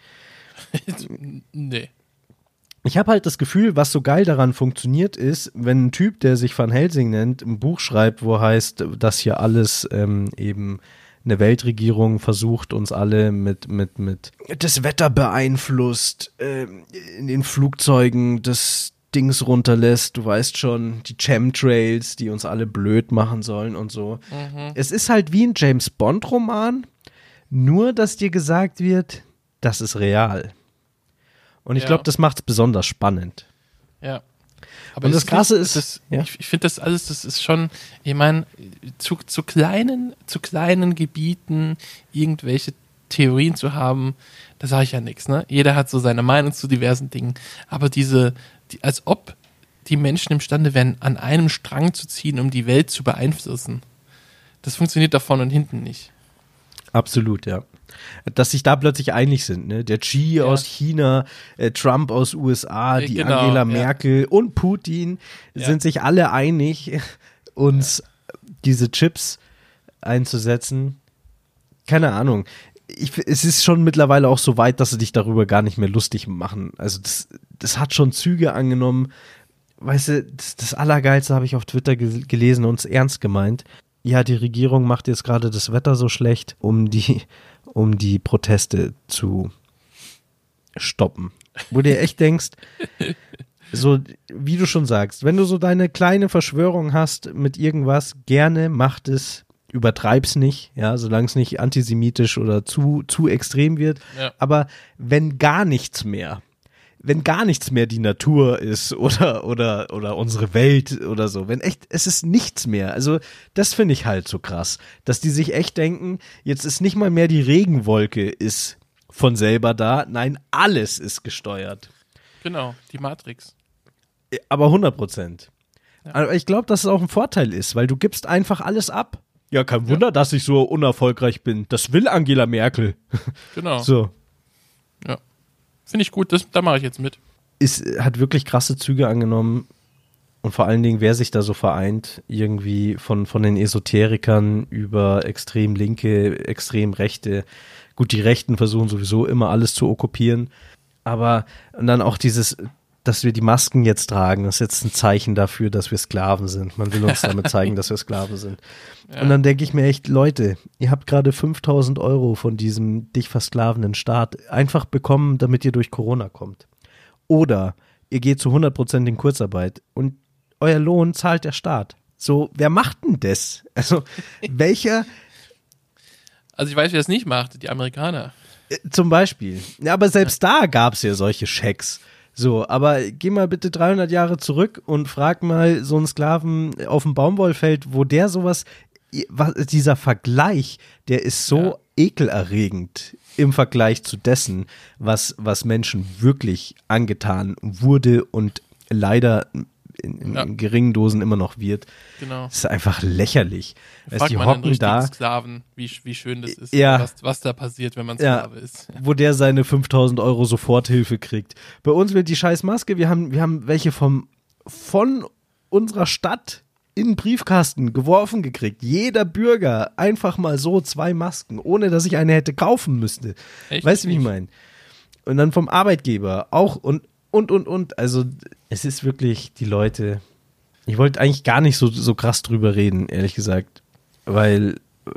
Nee. Ich habe halt das Gefühl, was so geil daran funktioniert ist, wenn ein Typ, der sich Van Helsing nennt, ein Buch schreibt, wo heißt, dass hier alles ähm, eben eine Weltregierung versucht, uns alle mit, mit, mit das Wetter beeinflusst, äh, in den Flugzeugen das Dings runterlässt, du weißt schon, die Chemtrails, die uns alle blöd machen sollen und so. Mhm. Es ist halt wie ein James-Bond-Roman, nur dass dir gesagt wird, das ist real. Und ich Ja. glaube, das macht es besonders spannend. Ja. Aber Und es das Krasse nicht- ist, das, ja. ich, ich finde das alles, das ist schon, ich meine, zu, zu kleinen, zu kleinen Gebieten irgendwelche Theorien zu haben, da sage ich ja nichts, ne? Jeder hat so seine Meinung zu diversen Dingen. Aber diese, die, als ob die Menschen imstande wären, an einem Strang zu ziehen, um die Welt zu beeinflussen. Das funktioniert da vorne und hinten nicht. Absolut, ja. Dass sich da plötzlich einig sind, ne? Der Xi Ja. aus China, äh, Trump aus U S A, Ja, die genau, Angela ja. Merkel und Putin Ja. sind sich alle einig, uns diese Chips einzusetzen. Keine Ahnung. Ich, es ist schon mittlerweile auch so weit, dass sie dich darüber gar nicht mehr lustig machen. Also das, das hat schon Züge angenommen. Weißt du, das, das Allergeilste habe ich auf Twitter ge- gelesen und es ernst gemeint. Ja, die Regierung macht jetzt gerade das Wetter so schlecht, um die, um die Proteste zu stoppen. Wo du dir echt denkst, so wie du schon sagst, wenn du so deine kleine Verschwörung hast mit irgendwas, gerne macht es, übertreib's nicht, ja, solange es nicht antisemitisch oder zu, zu extrem wird. Ja. Aber wenn gar nichts mehr, wenn gar nichts mehr die Natur ist oder, oder, oder unsere Welt oder so, wenn echt, es ist nichts mehr. Also, das finde ich halt so krass, dass die sich echt denken, jetzt ist nicht mal mehr die Regenwolke ist von selber da, nein, alles ist gesteuert. Genau, die Matrix. Aber hundert Prozent. Ja. Aber ich glaube, dass es auch ein Vorteil ist, weil du gibst einfach alles ab. Ja, kein Wunder, dass ich so unerfolgreich bin. Das will Angela Merkel. Genau. So. Ja. Finde ich gut, das, da mache ich jetzt mit. Es hat wirklich krasse Züge angenommen. Und vor allen Dingen, wer sich da so vereint, irgendwie von, von den Esoterikern über extrem Linke, extrem Rechte. Gut, die Rechten versuchen sowieso immer alles zu okkupieren. Aber und dann auch dieses, dass wir die Masken jetzt tragen, ist jetzt ein Zeichen dafür, dass wir Sklaven sind. Man will uns damit zeigen, dass wir Sklaven sind. Ja. Und dann denke ich mir echt, Leute, ihr habt gerade fünftausend Euro von diesem dich versklavenden Staat einfach bekommen, damit ihr durch Corona kommt. Oder ihr geht zu hundert Prozent in Kurzarbeit und euer Lohn zahlt der Staat. So, wer macht denn das? Also, welcher, Also ich weiß, wer es nicht macht, die Amerikaner. äh, zum Beispiel. Ja, aber selbst da gab es ja solche Schecks. So, aber geh mal bitte dreihundert Jahre zurück und frag mal so einen Sklaven auf dem Baumwollfeld, wo der sowas, was, dieser Vergleich, der ist so Ja. ekelerregend im Vergleich zu dessen, was, was Menschen wirklich angetan wurde und leider in, in, Ja. in geringen Dosen immer noch wird. Genau. Das ist einfach lächerlich. Weißt, Fragt die man einen hocken richtigen da, Sklaven, wie, wie schön das ist, Ja. was, was da passiert, wenn man Ja. Sklave ist. wo der seine fünftausend Euro Soforthilfe kriegt. Bei uns wird die scheiß Maske, wir haben, wir haben welche vom, von unserer Stadt in den Briefkasten geworfen gekriegt. Jeder Bürger einfach mal so zwei Masken, ohne dass ich eine hätte kaufen müsste. Echt? Weißt du, wie ich meine? Und dann vom Arbeitgeber auch und, und, und, und. Also es ist wirklich die Leute, ich wollte eigentlich gar nicht so, so krass drüber reden, ehrlich gesagt, weil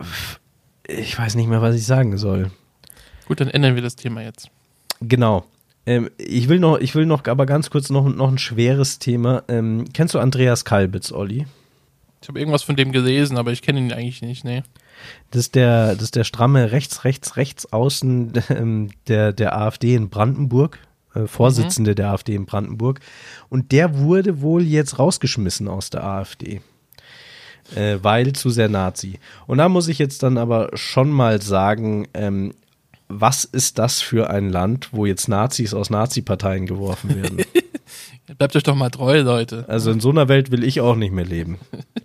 ich weiß nicht mehr, was ich sagen soll. Gut, dann ändern wir das Thema jetzt. Genau. Ähm, ich will noch, ich will noch, aber ganz kurz noch, noch ein schweres Thema. Ähm, kennst du Andreas Kalbitz, Olli? Ich habe irgendwas von dem gelesen, aber ich kenne ihn eigentlich nicht, nee. Das ist der, das ist der stramme rechts, rechts, rechts außen ähm, der, der AfD in Brandenburg, äh, Vorsitzende mhm. der AfD in Brandenburg. Und der wurde wohl jetzt rausgeschmissen aus der AfD, äh, weil zu sehr Nazi. Und da muss ich jetzt dann aber schon mal sagen, ähm, was ist das für ein Land, wo jetzt Nazis aus Nazi-Parteien geworfen werden? Bleibt euch doch mal treu, Leute. Also in so einer Welt will ich auch nicht mehr leben.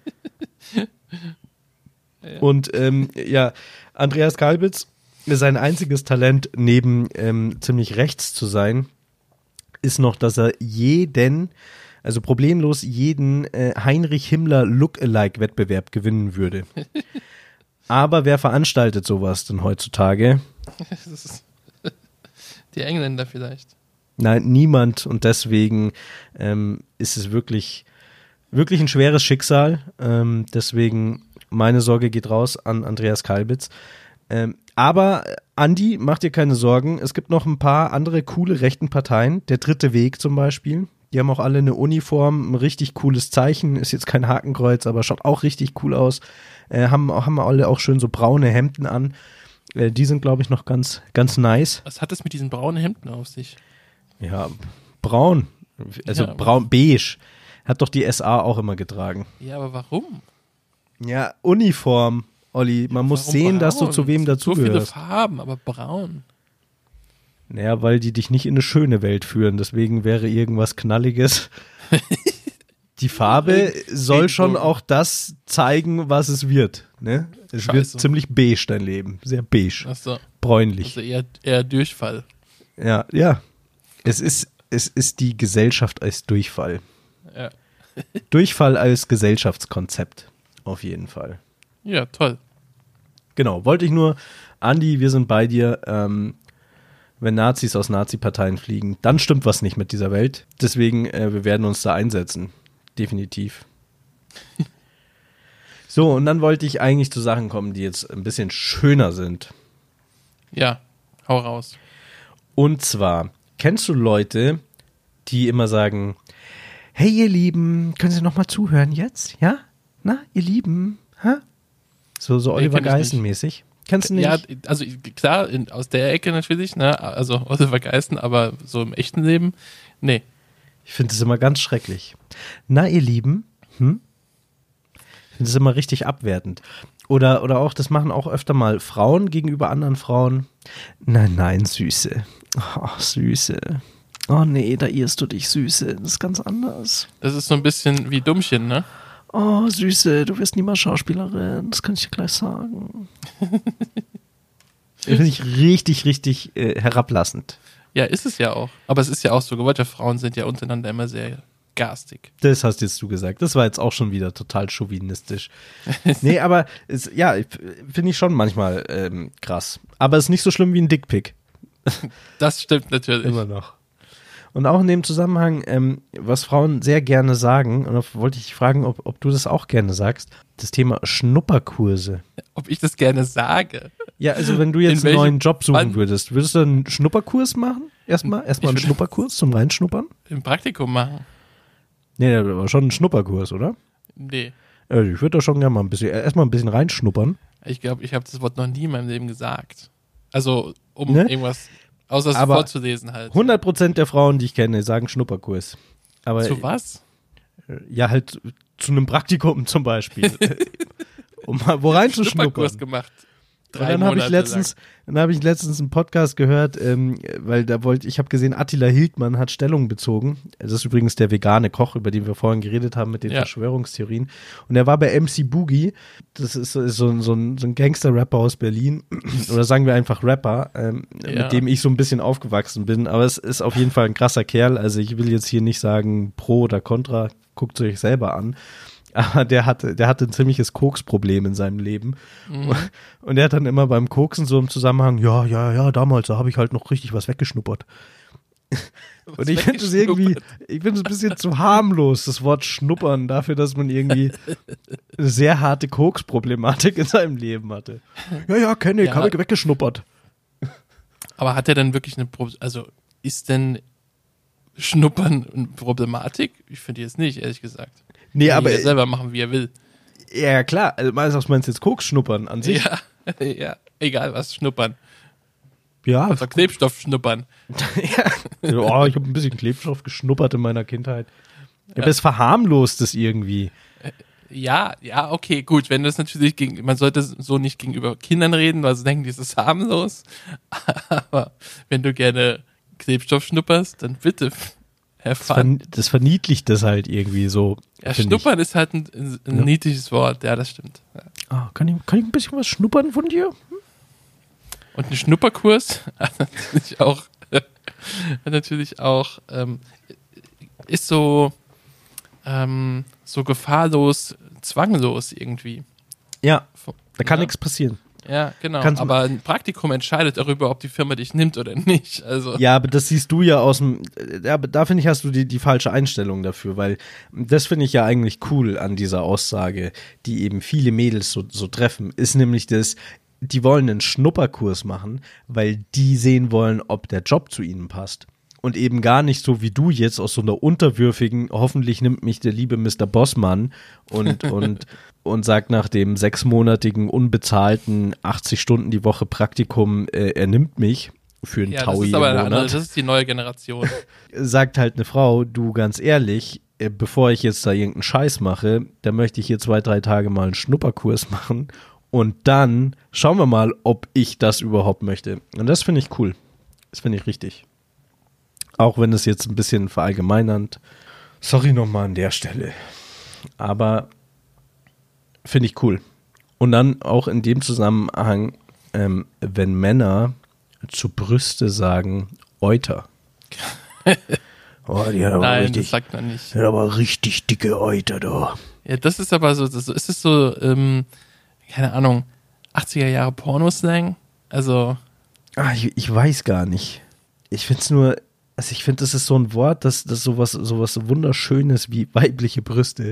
Ja. Und ähm, ja, Andreas Kalbitz, sein einziges Talent neben ähm, ziemlich rechts zu sein, ist noch, dass er jeden, also problemlos jeden äh, Heinrich Himmler Look-alike-Wettbewerb gewinnen würde. Aber wer veranstaltet sowas denn heutzutage? Die Engländer vielleicht. Nein, niemand. Und deswegen ähm, ist es wirklich, wirklich ein schweres Schicksal. Ähm, deswegen meine Sorge geht raus an Andreas Kalbitz. Ähm, aber Andi, mach dir keine Sorgen. Es gibt noch ein paar andere coole rechten Parteien. Der Dritte Weg zum Beispiel. Die haben auch alle eine Uniform, ein richtig cooles Zeichen. Ist jetzt kein Hakenkreuz, aber schaut auch richtig cool aus. Äh, haben, haben alle auch schön so braune Hemden an. Äh, die sind, glaube ich, noch ganz, ganz nice. Was hat es mit diesen braunen Hemden auf sich? Ja, braun. Also ja, braun, beige. Hat doch die S A auch immer getragen. Ja, aber warum? Ja, Uniform, Olli. Man muss Warum sehen, braun? dass du zu wem dazugehörst. So viele Farben, aber braun. Naja, weil die dich nicht in eine schöne Welt führen. Deswegen wäre irgendwas Knalliges. Die Farbe soll schon auch das zeigen, was es wird. Ne? Es Scheiße. wird ziemlich beige, dein Leben. Sehr beige. Ach so. Bräunlich. Also eher, eher Durchfall. Ja, ja. Es ist, es ist die Gesellschaft als Durchfall. Ja. Durchfall als Gesellschaftskonzept. Auf jeden Fall. Ja, toll. Genau, wollte ich nur, Andi, wir sind bei dir. Ähm, wenn Nazis aus Nazi-Parteien fliegen, dann stimmt was nicht mit dieser Welt. Deswegen, äh, wir werden uns da einsetzen. Definitiv. So, und dann wollte ich eigentlich zu Sachen kommen, die jetzt ein bisschen schöner sind. Ja, hau raus. Und zwar, kennst du Leute, die immer sagen, hey ihr Lieben, können Sie noch mal zuhören jetzt? Ja? Na, ihr Lieben? Ha? So, so Nee, Oliver kenn ich Geißen mäßig. Kennst du nicht? Ja, also klar, in, aus der Ecke natürlich, ne? Also Oliver Geißen, aber so im echten Leben, nee. Ich finde es immer ganz schrecklich. Na, ihr Lieben, hm? Ich finde es immer richtig abwertend. Oder, oder auch, das machen auch öfter mal Frauen gegenüber anderen Frauen. Nein, nein, Süße. Oh, Süße. Oh nee, da irrst du dich, Süße. Das ist ganz anders. Das ist so ein bisschen wie Dummchen, ne? Oh, Süße, du wirst niemals Schauspielerin. Das kann ich dir gleich sagen. Das finde ich richtig, richtig äh, herablassend. Ja, ist es ja auch. Aber es ist ja auch so, gewollte Frauen sind ja untereinander immer sehr garstig. Das hast jetzt du gesagt. Das war jetzt auch schon wieder total chauvinistisch. Nee, aber es, ja, finde ich schon manchmal ähm, krass. Aber es ist nicht so schlimm wie ein Dickpick. Das stimmt natürlich. Immer noch. Und auch in dem Zusammenhang, ähm, was Frauen sehr gerne sagen, und da wollte ich fragen, ob, ob du das auch gerne sagst, das Thema Schnupperkurse. Ob ich das gerne sage? Ja, also wenn du jetzt In einen neuen welchem- Job suchen wann? würdest, würdest du einen Schnupperkurs machen? Erstmal, erstmal einen Ich würd- Schnupperkurs zum Reinschnuppern? Im Praktikum machen? Nee, das war schon ein Schnupperkurs, oder? Nee. Ja, ich würde da schon gerne mal ein bisschen, erstmal ein bisschen reinschnuppern. Ich glaube, ich habe das Wort noch nie in meinem Leben gesagt. Also, um Ne? irgendwas, außer es Aber vorzulesen halt. hundert Prozent der Frauen, die ich kenne, sagen Schnupperkurs. Aber Zu was? ja, halt zu einem Praktikum zum Beispiel. Um mal wo reinzuschnuppern. Schnupperkurs gemacht. Und Drei dann habe ich Monate letztens, dann habe ich letztens einen Podcast gehört, ähm, weil da wollte, ich habe gesehen, Attila Hildmann hat Stellung bezogen. Das ist übrigens der vegane Koch, über den wir vorhin geredet haben mit den Ja. Verschwörungstheorien. Und er war bei M C Boogie. Das ist, so- ist so, ein- so ein, so ein Gangster-Rapper aus Berlin. Oder sagen wir einfach Rapper, ähm, Ja. mit dem ich so ein bisschen aufgewachsen bin. Aber es ist auf jeden Fall ein krasser Kerl. Also ich will jetzt hier nicht sagen pro oder contra. Guckt es euch selber an. Aber der hatte, der hatte ein ziemliches Koksproblem in seinem Leben. Mhm. Und er hat dann immer beim Koksen so im Zusammenhang, ja, ja, ja, damals, da habe ich halt noch richtig was weggeschnuppert. lang. Und ich finde es irgendwie, ich finde es ein bisschen zu harmlos, das Wort schnuppern, dafür, dass man irgendwie eine sehr harte Koksproblematik in seinem Leben hatte. Ja, ja, kenne ich, Ja. habe ich weggeschnuppert. Aber hat er denn wirklich eine Pro also ist denn Schnuppern eine Problematik? Ich finde jetzt nicht, ehrlich gesagt. Nee, Kann aber jeder selber machen, wie er will. Ja, klar. Also, meinst du jetzt Koks schnuppern an sich? Ja, ja, egal was, schnuppern. Ja. Also Klebstoff schnuppern. ja. Oh, ich habe ein bisschen Klebstoff geschnuppert in meiner Kindheit. Ich habe es verharmlost, das irgendwie. Ja, ja, okay, gut, wenn das natürlich gegen, man sollte so nicht gegenüber Kindern reden, weil sie denken, das ist harmlos. Aber wenn du gerne Klebstoff schnupperst, dann bitte, Herr Das, ver das verniedlicht das halt irgendwie so. Ja, schnuppern ich. ist halt ein, ein ja. niedliches Wort, ja, das stimmt. Ja. Ah, kann, ich, kann ich ein bisschen was schnuppern von dir? Hm? Und ein Schnupperkurs hat natürlich auch, hat natürlich auch ähm, ist so, ähm, so gefahrlos, zwanglos irgendwie. Ja, da kann ja. nichts passieren. Ja, genau. Kannst aber ein Praktikum entscheidet darüber, ob die Firma dich nimmt oder nicht. Also. Ja, aber das siehst du ja aus dem, ja, da finde ich, hast du die, die falsche Einstellung dafür, weil das finde ich ja eigentlich cool an dieser Aussage, die eben viele Mädels so, so treffen, ist nämlich das, die wollen einen Schnupperkurs machen, weil die sehen wollen, ob der Job zu ihnen passt. Und eben gar nicht so wie du jetzt aus so einer unterwürfigen, hoffentlich nimmt mich der liebe Mister Bossmann und, und, und sagt nach dem sechsmonatigen, unbezahlten achtzig Stunden die Woche Praktikum, äh, er nimmt mich für einen ja, Taui das ist im aber eine Monat. andere, das ist die neue Generation. Sagt halt eine Frau, du ganz ehrlich, äh, bevor ich jetzt da irgendeinen Scheiß mache, da möchte ich hier zwei, drei Tage mal einen Schnupperkurs machen und dann schauen wir mal, ob ich das überhaupt möchte. Und das finde ich cool. Das finde ich richtig. Auch wenn es jetzt ein bisschen verallgemeinernd, sorry nochmal an der Stelle, aber finde ich cool. Und dann auch in dem Zusammenhang, ähm, wenn Männer zu Brüste sagen, Euter. Oh, die hat aber Nein, richtig, das sagt man nicht. Die hat aber richtig dicke Euter da. Ja, das ist aber so, das ist es so, ähm, keine Ahnung, achtziger Jahre Pornoslang? Also. Ah, ich, ich weiß gar nicht. Ich finde es nur, also ich finde, das ist so ein Wort, das, das sowas, sowas Wunderschönes wie weibliche Brüste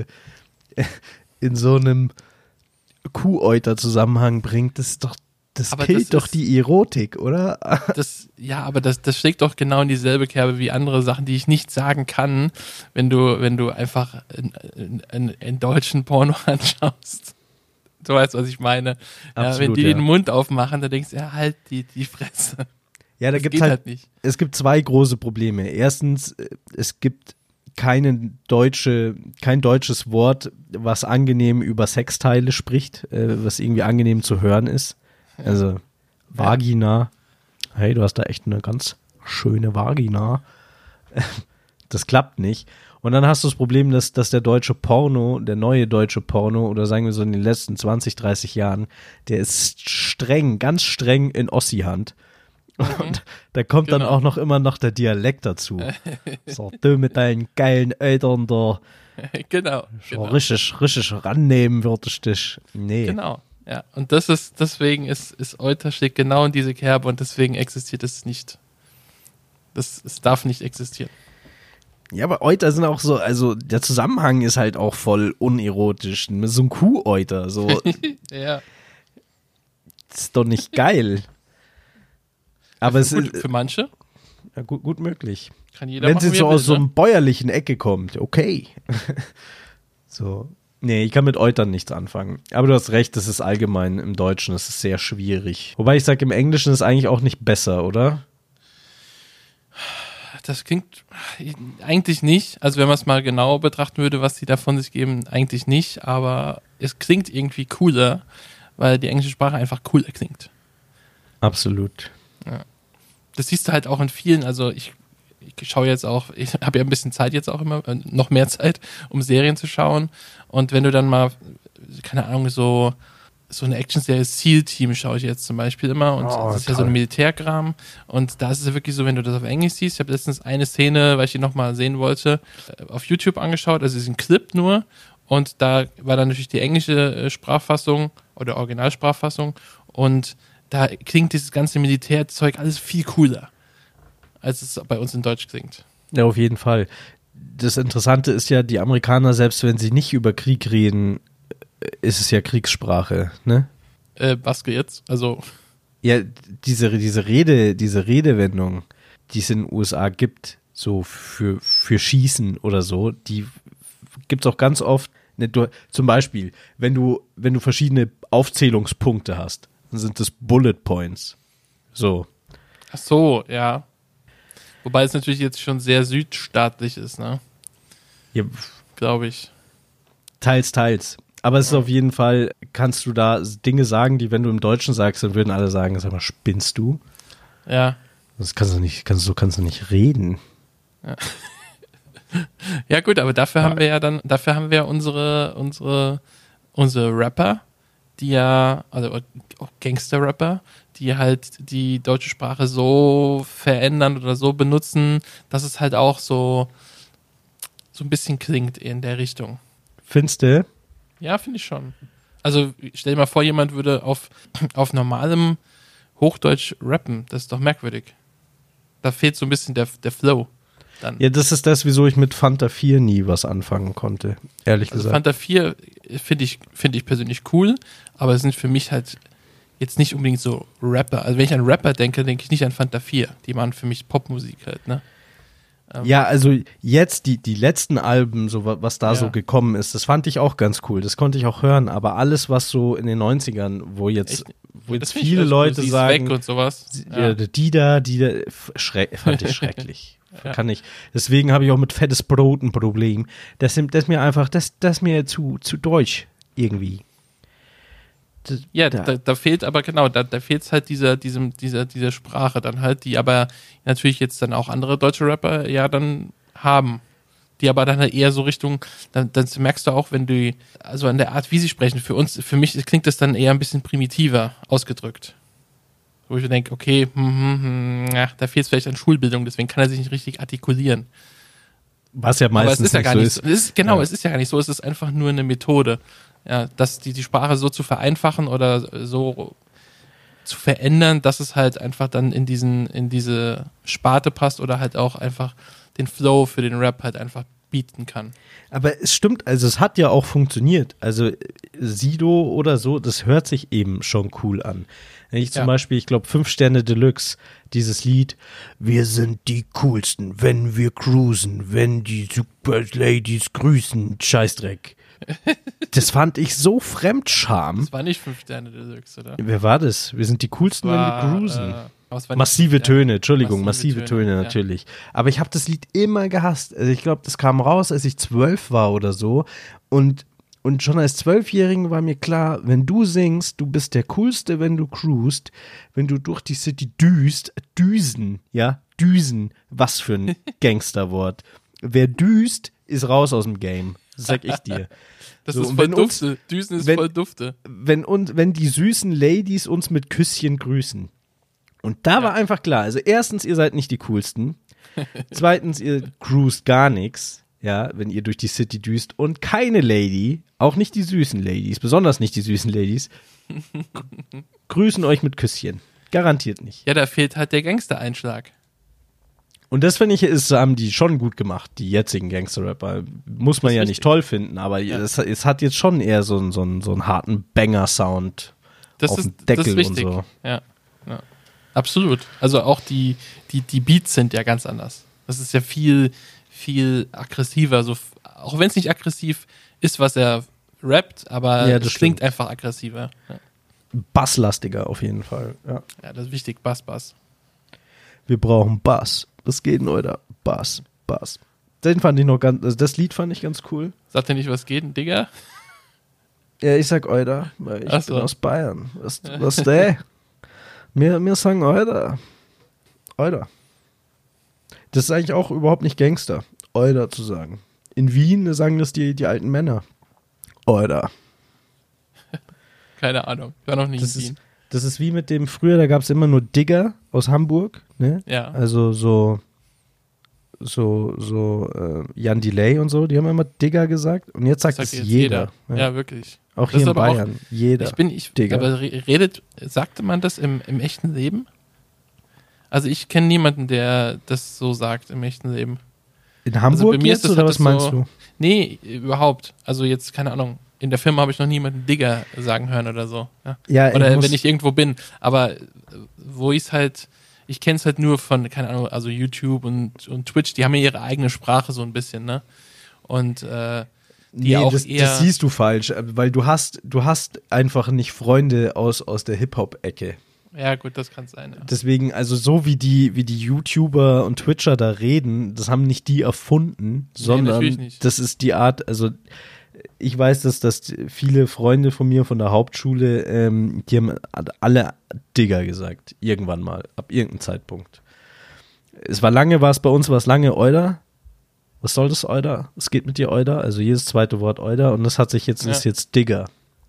in so einem Kuhäuter-Zusammenhang bringt. Das ist doch, das aber killt das doch ist, die Erotik, oder? Das, ja, aber das, das schlägt doch genau in dieselbe Kerbe wie andere Sachen, die ich nicht sagen kann, wenn du, wenn du einfach einen deutschen Porno anschaust. Du weißt, was ich meine. Absolut, ja, wenn die ja. den Mund aufmachen, dann denkst du, ja, halt die, die Fresse. Ja, da das gibt geht halt, halt nicht. Es gibt zwei große Probleme. Erstens, es gibt keine deutsche, kein deutsches Wort, was angenehm über Sexteile spricht, äh, was irgendwie angenehm zu hören ist. Also Vagina. Hey, du hast da echt eine ganz schöne Vagina. Das klappt nicht. Und dann hast du das Problem, dass, dass der deutsche Porno, der neue deutsche Porno, oder sagen wir so in den letzten zwanzig, dreißig Jahren, der ist streng, ganz streng in Ossi-Hand. Und da kommt Genau. dann auch noch immer noch der Dialekt dazu. So, du mit deinen geilen Eltern da Genau. schon genau. richtig, richtig rannehmen würdest dich. Nee. Genau. Ja, und das ist, deswegen ist, ist Euter schlägt genau in diese Kerbe und deswegen existiert es nicht. Das, es darf nicht existieren. Ja, aber Euter sind auch so, also der Zusammenhang ist halt auch voll unerotisch. So ein Kuhäuter, so. Ja. Das ist doch nicht geil. Aber ja, es für, ist gut, für manche ja, gut, gut möglich. kann jeder Wenn machen, es wie so er will, aus so ne? einem bäuerlichen Ecke kommt, okay. So. Nee, ich kann mit Eutern nichts anfangen. Aber du hast recht, das ist allgemein im Deutschen, das ist sehr schwierig. Wobei ich sage, im Englischen ist es eigentlich auch nicht besser, oder? Das klingt eigentlich nicht. Also wenn man es mal genau betrachten würde, was die da von sich geben, eigentlich nicht. Aber es klingt irgendwie cooler, weil die englische Sprache einfach cooler klingt. Absolut. Ja. Das siehst du halt auch in vielen, also ich, ich schaue jetzt auch, ich habe ja ein bisschen Zeit jetzt auch immer, äh, noch mehr Zeit, um Serien zu schauen. Und wenn du dann mal, keine Ahnung, so, so eine Action-Serie, SEAL Team schaue ich jetzt zum Beispiel immer. Und Oh, das ist ja so toll. ein Militärkram. Und da ist es ja wirklich so, wenn du das auf Englisch siehst, ich habe letztens eine Szene, weil ich die nochmal sehen wollte, auf YouTube angeschaut, also es ist ein Clip nur. Und da war dann natürlich die englische äh, Sprachfassung oder Originalsprachfassung. Und da klingt dieses ganze Militärzeug alles viel cooler, als es bei uns in Deutsch klingt. Ja, auf jeden Fall. Das Interessante ist ja, die Amerikaner, selbst wenn sie nicht über Krieg reden, ist es ja Kriegssprache, ne? Äh, was jetzt? Also, Ja, diese, diese Rede, diese Redewendung, die es in den U S A gibt, so für, für Schießen oder so, die gibt es auch ganz oft Ne, du, zum Beispiel, wenn du, wenn du verschiedene Aufzählungspunkte hast, dann sind das Bullet Points. So. Ach so, ja. Wobei es natürlich jetzt schon sehr südstaatlich ist, ne? Ja, glaube ich. Teils, teils. Aber es ist Ja. auf jeden Fall, kannst du da Dinge sagen, die, wenn du im Deutschen sagst, dann würden alle sagen, sag mal, spinnst du? Ja. Das kannst du nicht, kannst, so kannst du nicht reden. Ja. Ja gut, aber dafür haben wir ja dann, dafür haben wir unsere, unsere, unsere Rapper, die ja, also auch Gangster-Rapper, die halt die deutsche Sprache so verändern oder so benutzen, dass es halt auch so, so ein bisschen klingt in der Richtung. Findest du? Ja, finde ich schon. Also stell dir mal vor, jemand würde auf, auf normalem Hochdeutsch rappen. Das ist doch merkwürdig. Da fehlt so ein bisschen der, der Flow. Dann. Ja, das ist das, wieso ich mit Fanta vier nie was anfangen konnte, ehrlich Also gesagt. Fanta vier finde ich, find ich persönlich cool, aber es sind für mich halt jetzt nicht unbedingt so Rapper. Also wenn ich an Rapper denke, denke ich nicht an Fanta vier. Die machen für mich Popmusik halt, ne? Ähm, Ja, also jetzt die, die letzten Alben, so wa- was da Ja. so gekommen ist, das fand ich auch ganz cool. Das konnte ich auch hören, aber alles, was so in den neunzigern, wo jetzt, Echt? wo jetzt das find ich viele also, Leute sie ist sagen, weg und sowas. sie- Ja. ja, die da, die da, f- schreck, fand ich schrecklich. Ja. Kann ich. Deswegen habe ich auch mit fettes Brot ein Problem. Das, sind- das ist mir einfach, das, das ist mir zu, zu deutsch irgendwie. Das, Ja, da- da, da fehlt aber genau, da, da fehlt es halt dieser, diesem, dieser, dieser Sprache dann halt, die aber natürlich jetzt dann auch andere deutsche Rapper ja dann haben. Die aber dann halt eher so Richtung, dann, dann merkst du auch, wenn du, also an der Art, wie sie sprechen, für uns, für mich klingt das dann eher ein bisschen primitiver ausgedrückt. Wo ich mir denke, okay, hm, hm, hm, ja, da fehlt es vielleicht an Schulbildung, deswegen kann er sich nicht richtig artikulieren. was ja Aber es meistens ist ja nicht gar so nicht ist. so. Es ist, genau, Ja. es ist ja gar nicht so. Es ist einfach nur eine Methode. Ja, dass die, die Sprache so zu vereinfachen oder so zu verändern, dass es halt einfach dann in diesen, in diese Sparte passt oder halt auch einfach den Flow für den Rap halt einfach bieten kann. Aber es stimmt, also es hat ja auch funktioniert. Also äh, Sido oder so, das hört sich eben schon cool an. Wenn ich zum Ja. Beispiel, ich glaube, Fünf Sterne Deluxe, dieses Lied, wir sind die coolsten, wenn wir cruisen, wenn die Super Ladies grüßen, Scheißdreck. Das fand ich so Fremdscham. Das war nicht fünf Sterne Deluxe, oder? Wer war das? Wir sind die coolsten, wenn wir cruisen. äh, aber es war nicht Massive fünf Sterne. Töne, Entschuldigung, massive, Massive Töne, Töne, ja. natürlich. Aber ich habe das Lied immer gehasst. Also ich glaube, das kam raus, als ich zwölf war oder so. Und, und schon als Zwölfjährigen war mir klar, wenn du singst, du bist der Coolste, wenn du cruist, wenn du durch die City düst, düsen, ja, düsen, was für ein Gangsterwort. Wer düst, ist raus aus dem Game, sag ich dir. Das So, ist und voll wenn uns- Dufte. Düsen ist wenn- voll Dufte. wenn, und, wenn die süßen Ladies uns mit Küsschen grüßen. Und da Ja. war einfach klar, also erstens, ihr seid nicht die coolsten. Zweitens, ihr cruist gar nichts, ja, wenn ihr durch die City düst. Und keine Lady, auch nicht die süßen Ladies, besonders nicht die süßen Ladies, grüßen euch mit Küsschen. Garantiert nicht. Ja, da fehlt halt der Gangster-Einschlag. Und das finde ich, ist, haben die schon gut gemacht, die jetzigen Gangster-Rapper. Muss man Das ist ja richtig. nicht toll finden, aber Ja. es, es hat jetzt schon eher so, einen- so, einen- so einen harten Banger-Sound Das auf ist, dem Deckel das ist wichtig. und so. Ja, ja. Absolut. Also auch die, die, die Beats sind ja ganz anders. Das ist ja viel, viel aggressiver. So, f- auch wenn es nicht aggressiv ist, was er rappt, aber Ja, es das klingt stimmt. einfach aggressiver. Ja. Basslastiger auf jeden Fall. Ja. ja, das ist wichtig. Bass, Bass. Wir brauchen Bass. Was geht denn, oder? Bass, Bass. Den fand ich noch ganz, also das Lied fand ich ganz cool. Sagt er nicht, was geht, Digga? Ja, ich sag Euder, weil ich Ach so. bin aus Bayern. Was, was der? Wir, wir sagen Euder. Euder. Das ist eigentlich auch überhaupt nicht Gangster, Euder zu sagen. In Wien sagen das die, die alten Männer. Euder. Keine Ahnung. Ich war noch nie Das in ist, Wien. das ist wie mit dem, früher, da gab es immer nur Digger aus Hamburg, ne? Ja. Also so, so, so äh, Jan Delay und so, die haben immer Digger gesagt und jetzt sagt Das es sagt jetzt jeder. Ja. Ja. wirklich. Auch Das hier ist in aber auch- Bayern, jeder. Ich bin, ich, Digga. aber re- redet, sagte man das im, im echten Leben? Also ich kenne niemanden, der das so sagt im echten Leben. in Hamburg bei mir jetzt ist das oder halt was so- meinst du? Nee, überhaupt. Also jetzt, keine Ahnung, in der Firma habe ich noch niemanden Digger sagen hören oder so. Ja? Ja, Oder ich muss, wenn ich irgendwo bin. Aber äh, wo ich es halt, ich kenne es halt nur von, keine Ahnung, also YouTube und, und Twitch, die haben ja ihre eigene Sprache so ein bisschen, ne? Und äh, die auch das, eher... das siehst du falsch, weil du hast, du hast einfach nicht Freunde aus, aus der Hip-Hop-Ecke. Ja, gut, das kann sein. Ja. Deswegen, also so wie die, wie die YouTuber und Twitcher da reden, das haben nicht die erfunden, sondern natürlich nicht. das ist die Art, also ich weiß, dass, dass viele Freunde von mir von der Hauptschule, ähm, die haben alle Digger gesagt, irgendwann mal, ab irgendeinem Zeitpunkt. Es war lange, war es bei uns, war es lange Euder. Was soll das Euder? Es geht mit dir Euder, also jedes zweite Wort Euder und das hat sich jetzt, Ja. ist jetzt Digger.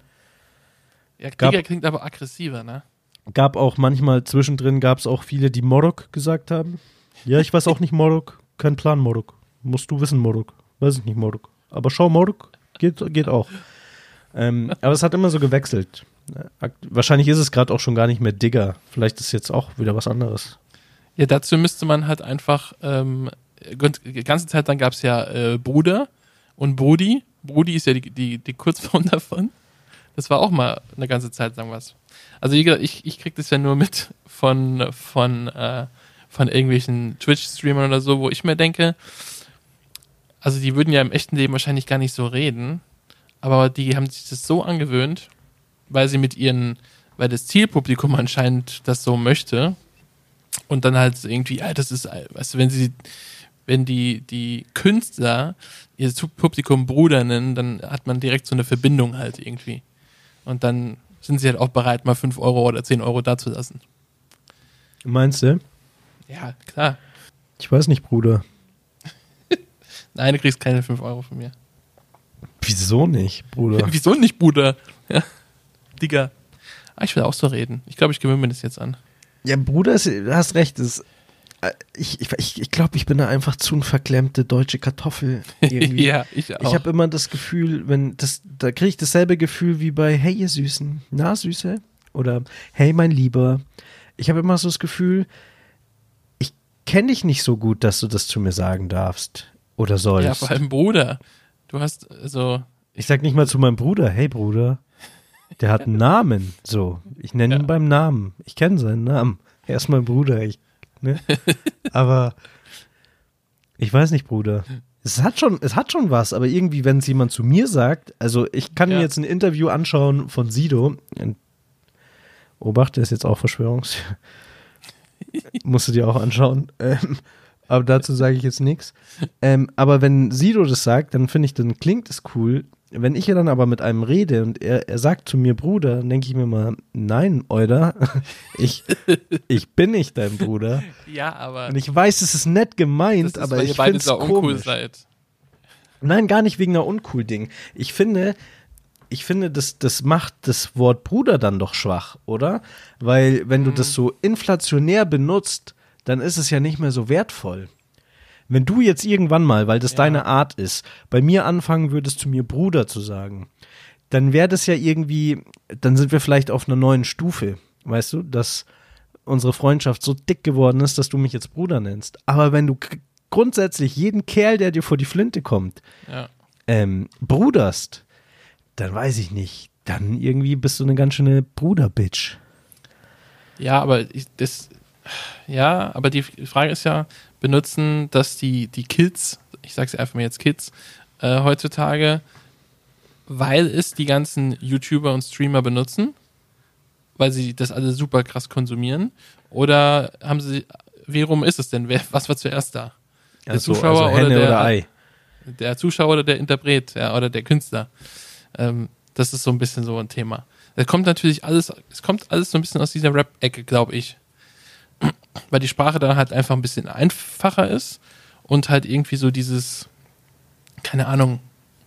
Ja, Gab- Digger klingt aber aggressiver, ne? Gab auch manchmal, zwischendrin gab es auch viele, die Morok gesagt haben. Ja, ich weiß auch nicht Morok, kein Plan Morok. Musst du wissen Morok, weiß ich nicht Morok. Aber schau Morok, geht, geht auch. Ähm, aber es hat immer so gewechselt. Akt- Wahrscheinlich ist es gerade auch schon gar nicht mehr Digger. Vielleicht ist jetzt auch wieder was anderes. Ja, dazu müsste man halt einfach, ähm, die ganze Zeit lang gab es ja äh, Bruder und Brudi. Brudi ist ja die, die, die Kurzform davon. Das war auch mal eine ganze Zeit lang was. Also wie gesagt, ich, ich krieg das ja nur mit von, von, äh, von irgendwelchen Twitch-Streamern oder so, wo ich mir denke, also die würden ja im echten Leben wahrscheinlich gar nicht so reden, aber die haben sich das so angewöhnt, weil sie mit ihren, weil das Zielpublikum anscheinend das so möchte und dann halt irgendwie, ja, das ist, weißt du, wenn sie, wenn die, die Künstler ihr Publikum Bruder nennen, dann hat man direkt so eine Verbindung halt irgendwie. Und dann sind sie halt auch bereit, mal fünf Euro oder zehn Euro dazulassen. Meinst du? Ja, klar. Ich weiß nicht, Bruder. Nein, du kriegst keine fünf Euro von mir. Wieso nicht, Bruder? Wieso nicht, Bruder? Ja. Digga. Ah, ich will auch so reden. Ich glaube, ich gewöhne mir das jetzt an. Ja, Bruder, ist, du hast recht. Ist, äh, ich ich, ich, ich glaube, ich bin da einfach zu eine verklemmte deutsche Kartoffel. Irgendwie. Ja, ich auch. Ich habe immer das Gefühl, wenn das, da kriege ich dasselbe Gefühl wie bei Hey, ihr Süßen. Na, Süße? Oder Hey, mein Lieber. Ich habe immer so das Gefühl, ich kenne dich nicht so gut, dass du das zu mir sagen darfst oder sollst. Ja, vor allem Bruder. Du hast, also... Ich sag nicht mal zu meinem Bruder, hey Bruder, der hat einen Namen. So, ich nenne Ja. ihn beim Namen. Ich kenne seinen Namen. Er ist mein Bruder. Ich, ne? Aber ich weiß nicht, Bruder. Es hat schon, es hat schon was, aber irgendwie, wenn es jemand zu mir sagt, also ich kann Ja. mir jetzt ein Interview anschauen von Sido. Obacht, der ist jetzt auch Verschwörungs. Musst du dir auch anschauen. Ähm, aber dazu sage ich jetzt nichts. Ähm, aber wenn Sido das sagt, dann finde ich, dann klingt es cool. Wenn ich ja dann aber mit einem rede und er, er sagt zu mir Bruder, dann denke ich mir mal, nein, Euder, ich, ich bin nicht dein Bruder. Ja, aber... Und ich weiß, es ist nett gemeint, das ist, aber weil ich ihr beide finde es so uncool komisch. seid. Nein, gar nicht wegen einer Uncool-Ding. Ich finde, ich finde, das, das macht das Wort Bruder dann doch schwach, oder? Weil wenn du das so inflationär benutzt, dann ist es ja nicht mehr so wertvoll. Wenn du jetzt irgendwann mal, weil das Ja. deine Art ist, bei mir anfangen würdest, zu mir Bruder zu sagen, dann wäre das ja irgendwie, dann sind wir vielleicht auf einer neuen Stufe, weißt du, dass unsere Freundschaft so dick geworden ist, dass du mich jetzt Bruder nennst. Aber wenn du k- grundsätzlich jeden Kerl, der dir vor die Flinte kommt, Ja. ähm, bruderst, dann weiß ich nicht, dann irgendwie bist du eine ganz schöne Bruder-Bitch. Ja, aber ich, das, ja, aber die Frage ist ja, benutzen das die, die Kids, ich sag's einfach mal jetzt Kids, äh, heutzutage, weil es die ganzen YouTuber und Streamer benutzen, weil sie das alle super krass konsumieren, oder haben sie, wie rum ist es denn? Wer, was war zuerst da? Der Also, Zuschauer also Henne oder der, oder Ei. der Zuschauer oder der Interpret, ja, oder der Künstler. Ähm, das ist so ein bisschen so ein Thema. Es kommt natürlich alles, es kommt alles so ein bisschen aus dieser Rap-Ecke, glaube ich. Weil die Sprache dann halt einfach ein bisschen einfacher ist und halt irgendwie so dieses, keine Ahnung.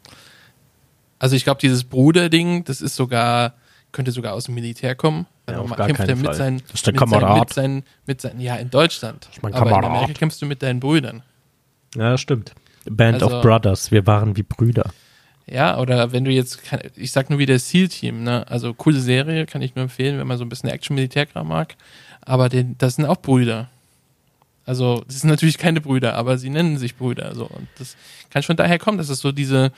Also ich glaube, dieses Bruder-Ding, das ist sogar, könnte sogar aus dem Militär kommen. Ja, Also auf man gar kämpft keinen ja mit Fall. seinen, Das ist der mit seinen, Kamerad. mit seinen, mit seinen, ja, in Deutschland. ist mein Aber in Kamerad. Amerika kämpfst du mit deinen Brüdern. Ja, das stimmt. Band Also- of Brothers, wir waren wie Brüder. Ja, oder wenn du jetzt, kein- ich sag nur wieder SEAL-Team, ne? Also coole Serie, kann ich nur empfehlen, wenn man so ein bisschen Action-Militärkram mag. Aber den, das sind auch Brüder. Also, das sind natürlich keine Brüder, aber sie nennen sich Brüder. So. Und das kann schon daher kommen, dass es so diese,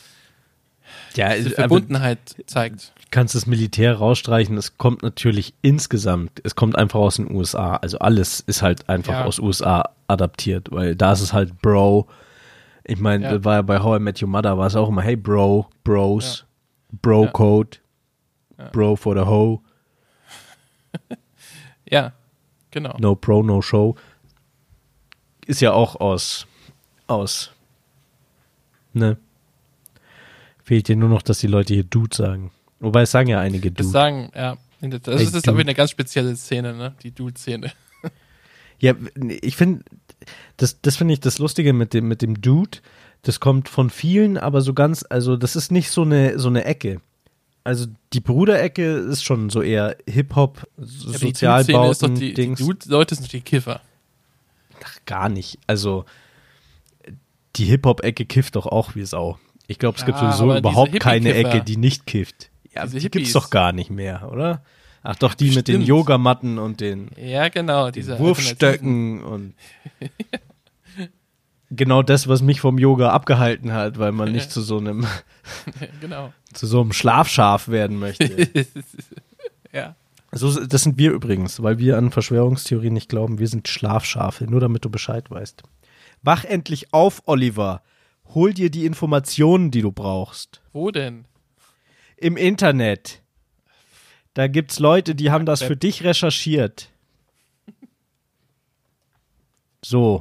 Ja, diese Verbundenheit zeigt. kannst das Militär rausstreichen, es kommt natürlich insgesamt, es kommt einfach aus den U S A, also alles ist halt einfach Ja. aus U S A adaptiert, weil da ist es halt Bro, Ich meine, Ja. das war ja bei How I Met Your Mother, war es auch immer, hey Bro, Bros, Bro-Code, Ja. Bro for the Ho, Ja, genau. no Pro, no Show. Ist ja auch aus, aus, ne? Fehlt dir nur noch, dass die Leute hier Dude sagen. Wobei es sagen ja einige Das Dude. sagen, ja. Das Hey, ist aber Dude. eine ganz spezielle Szene, ne? Die Dude-Szene. Ja, ich finde, das, das finde ich das Lustige mit dem, mit dem Dude. Das kommt von vielen, aber so ganz, also das ist nicht so eine, so eine Ecke. Also die Bruderecke ist schon so eher Hip-Hop, Ja, aber die Dude-Szene ist doch Sozialbauten, die, die Dings. Dude-Leute sind doch die Kiffer. Ach, gar nicht. Also die Hip-Hop-Ecke kifft doch auch wie Sau. Ich glaube, es Ja, gibt sowieso aber überhaupt diese keine Hippie-Kiffer. Ecke, die nicht kifft. Ja, Diese die gibt's Hippies. doch gar nicht mehr, oder? Ach doch, die mit den Stimmt. Yogamatten und den Ja, genau. Diese Wurfstöcken und genau das, was mich vom Yoga abgehalten hat, weil man nicht zu so einem Alternativen. Genau. zu so einem Schlafschaf werden möchte. Ja. So, das sind wir übrigens, weil wir an Verschwörungstheorien nicht glauben. Wir sind Schlafschafe, nur damit du Bescheid weißt. Wach endlich auf, Oliver. Hol dir die Informationen, die du brauchst. Wo denn? Im Internet. Da gibt's Leute, die haben das für dich recherchiert. So.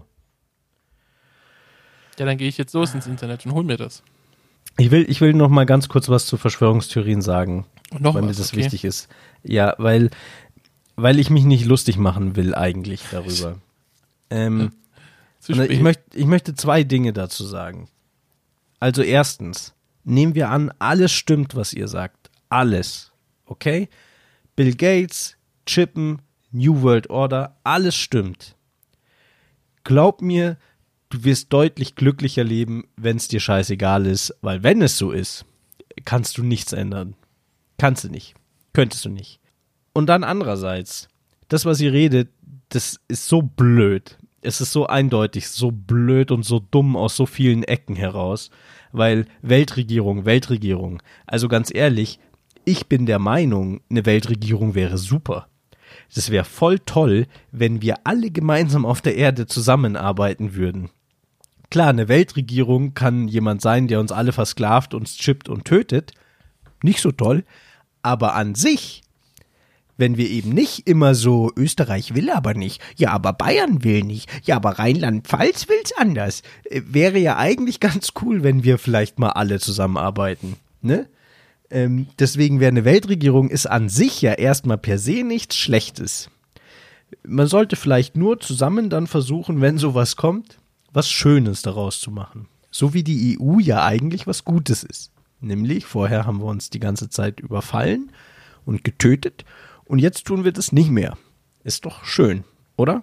Ja, dann gehe ich jetzt los ins Internet und hol mir das. Ich will, ich will noch mal ganz kurz was zu Verschwörungstheorien sagen, Und noch weil mir was, das okay. wichtig ist. Ja, weil, weil ich mich nicht lustig machen will eigentlich darüber. ähm, Zu und spät. ich, möcht, ich möchte zwei Dinge dazu sagen. Also erstens, nehmen wir an, alles stimmt, was ihr sagt. Alles. Okay? Bill Gates, Chippen, New World Order, alles stimmt. Glaub mir, du wirst deutlich glücklicher leben, wenn es dir scheißegal ist, weil wenn es so ist, kannst du nichts ändern. Kannst du nicht. Könntest du nicht. Und dann andererseits, das, was ihr redet, das ist so blöd. Es ist so eindeutig, so blöd und so dumm aus so vielen Ecken heraus, weil Weltregierung, Weltregierung, also ganz ehrlich, ich bin der Meinung, eine Weltregierung wäre super. Das wäre voll toll, wenn wir alle gemeinsam auf der Erde zusammenarbeiten würden. Klar, eine Weltregierung kann jemand sein, der uns alle versklavt, uns chippt und tötet. Nicht so toll. Aber an sich, wenn wir eben nicht immer so, Österreich will aber nicht, ja, aber Bayern will nicht, ja, aber Rheinland-Pfalz will's anders, äh, wäre ja eigentlich ganz cool, wenn wir vielleicht mal alle zusammenarbeiten, ne? Ähm, deswegen wäre eine Weltregierung ist an sich ja erstmal per se nichts Schlechtes. Man sollte vielleicht nur zusammen dann versuchen, wenn sowas kommt, was Schönes daraus zu machen. So wie die E U ja eigentlich was Gutes ist. Nämlich, vorher haben wir uns die ganze Zeit überfallen und getötet und jetzt tun wir das nicht mehr. Ist doch schön, oder?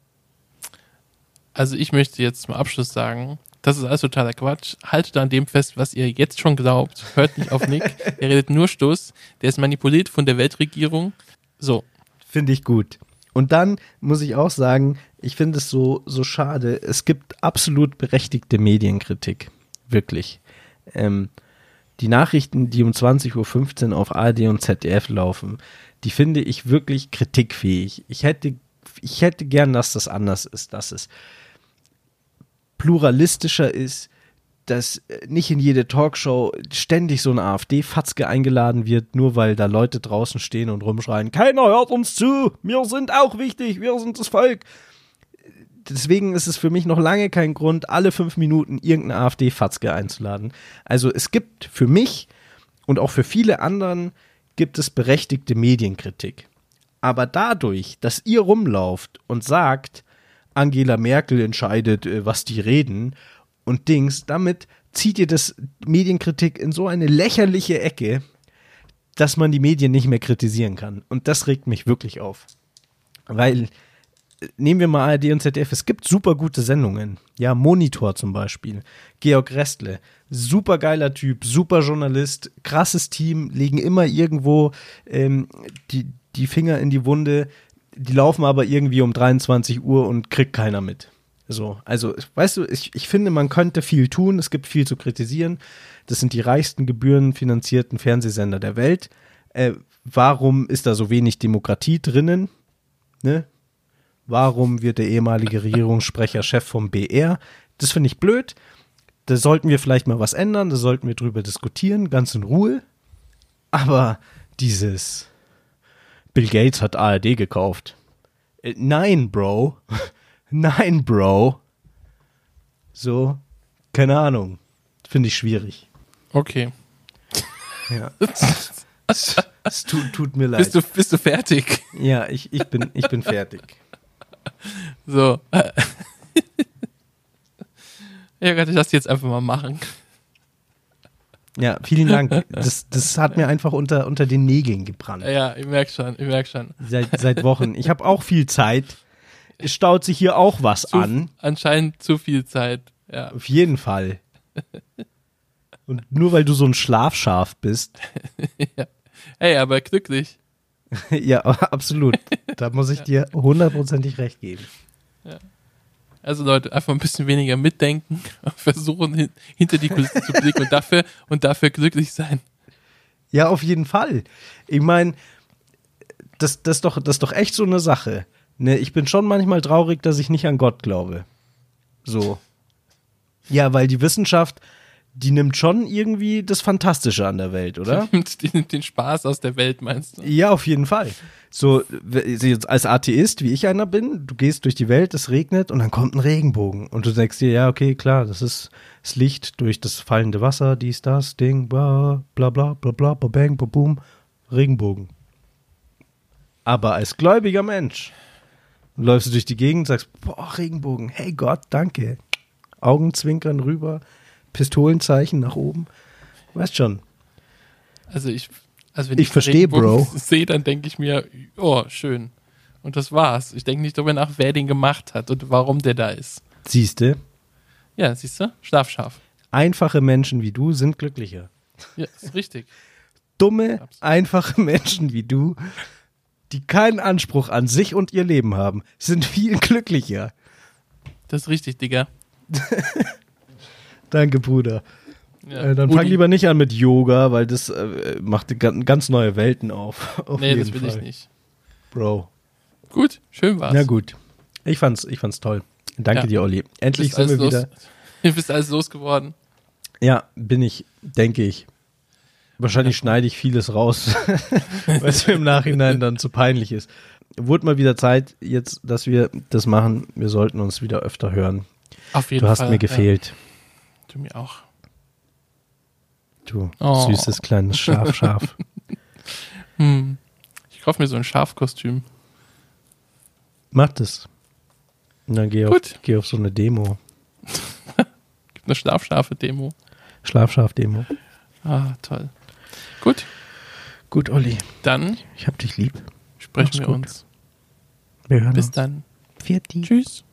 Also ich möchte jetzt zum Abschluss sagen, das ist alles totaler Quatsch. Haltet an dem fest, was ihr jetzt schon glaubt. Hört nicht auf Nick. Er redet nur Stuss. Der ist manipuliert von der Weltregierung. So. Finde ich gut. Und dann muss ich auch sagen, ich finde es so, so schade. Es gibt absolut berechtigte Medienkritik. Wirklich. Ähm, die Nachrichten, die um zwanzig Uhr fünfzehn auf A R D und Z D F laufen, die finde ich wirklich kritikfähig. Ich hätte, ich hätte gern, dass das anders ist, dass es pluralistischer ist, dass nicht in jede Talkshow ständig so eine AfD-Fatzke eingeladen wird, nur weil da Leute draußen stehen und rumschreien, keiner hört uns zu, wir sind auch wichtig, wir sind das Volk. Deswegen ist es für mich noch lange kein Grund, alle fünf Minuten irgendeine AfD-Fatzke einzuladen. Also es gibt für mich und auch für viele anderen gibt es berechtigte Medienkritik. Aber dadurch, dass ihr rumlauft und sagt, Angela Merkel entscheidet, was die reden und Dings, damit zieht ihr das Medienkritik in so eine lächerliche Ecke, dass man die Medien nicht mehr kritisieren kann. Und das regt mich wirklich auf. Weil, nehmen wir mal A R D und Z D F, es gibt super gute Sendungen. Ja, Monitor zum Beispiel. Georg Restle, super geiler Typ, super Journalist, krasses Team, legen immer irgendwo ähm, die, die Finger in die Wunde. Die laufen aber irgendwie um dreiundzwanzig Uhr und kriegt keiner mit. So, also, weißt du, ich, ich finde, man könnte viel tun, es gibt viel zu kritisieren. Das sind die reichsten gebührenfinanzierten Fernsehsender der Welt. Äh, warum ist da so wenig Demokratie drinnen? Ne? Warum wird der ehemalige Regierungssprecher Chef vom B R? Das finde ich blöd. da sollten wir vielleicht mal was ändern, da sollten wir drüber diskutieren, ganz in Ruhe. Aber dieses Bill Gates hat A R D gekauft. Äh, nein, Bro. Nein, Bro. So, keine Ahnung. Finde ich schwierig. Okay. Ja. Es, es tut, tut mir leid. Bist du, bist du fertig? Ja, ich, ich, bin, ich bin fertig. So. Ja Gott, ich lass die jetzt einfach mal machen. Ja, vielen Dank. Das, das hat mir einfach unter, unter den Nägeln gebrannt. Ja, ich merk schon, ich merk schon. Seit, seit Wochen. Ich habe auch viel Zeit. Es staut sich hier auch was Zu, an. Anscheinend zu viel Zeit, ja. Auf jeden Fall. Und nur weil du so ein Schlafschaf bist. Ja. Hey, aber glücklich. Ja, absolut. Da muss ich dir hundertprozentig recht geben. Ja. Also Leute, einfach ein bisschen weniger mitdenken, versuchen hin, hinter die Kulissen zu blicken und dafür, und dafür glücklich sein. Ja, auf jeden Fall. Ich meine, das, das, ist doch, das ist doch echt so eine Sache. Ne, ich bin schon manchmal traurig, dass ich nicht an Gott glaube. So. Ja, weil die Wissenschaft, die nimmt schon irgendwie das Fantastische an der Welt, oder? Die nimmt, die nimmt den Spaß aus der Welt, meinst du? Ja, auf jeden Fall. So, jetzt als Atheist, wie ich einer bin, du gehst durch die Welt, es regnet und dann kommt ein Regenbogen. Und du denkst dir, ja, okay, klar, das ist das Licht durch das fallende Wasser, dies, das, Ding, bla, bla, bla, bla, bla, bla, bang, bla, boom, Regenbogen. Aber als gläubiger Mensch läufst du durch die Gegend und sagst, boah, Regenbogen, hey Gott, danke. Augenzwinkern rüber, Pistolenzeichen nach oben. Weißt schon. Also ich, also wenn Ich ich verstehe, Regenbogen Bro. sehe, dann denke ich mir, oh, schön. Und das war's. Ich denke nicht darüber nach, wer den gemacht hat und warum der da ist. Siehste, Ja, siehst du? Schlafscharf. einfache Menschen wie du sind glücklicher. Ja, ist richtig. Dumme, Absolut. einfache Menschen wie du, die keinen Anspruch an sich und ihr Leben haben, sind viel glücklicher. Das ist richtig, Digga. Danke, Bruder. Ja. Äh, dann fang Udi. lieber nicht an mit Yoga, weil das äh, macht die gan- ganz neue Welten auf. auf Nee, jeden das will Fall. ich nicht. Bro. Gut, schön war's. Na gut. Ich fand's, ich fand's toll. Danke Ja. dir, Olli. Endlich Bist sind wir alles wieder. los, du bist alles losgeworden. Ja, bin ich, denke ich. Wahrscheinlich schneide ich vieles raus, weil es mir im Nachhinein dann zu peinlich ist. Wurde mal wieder Zeit, jetzt, dass wir das machen. Wir sollten uns wieder öfter hören. Auf jeden Du hast Fall. mir gefehlt. Ja. Du mir auch. Du Oh. süßes kleines Schaf, Schaf. Hm. Ich kaufe mir so ein Schafkostüm. Mach das. Und dann geh auf, Gut. geh auf so eine Demo. Gibt eine Schlafschafe-Demo. Schlafschaf-Demo. Ah, toll. Gut, Gut, Olli. dann Ich hab dich lieb. sprechen Mach's wir gut. uns. Wir hören Bis uns. dann. Vierti. Tschüss.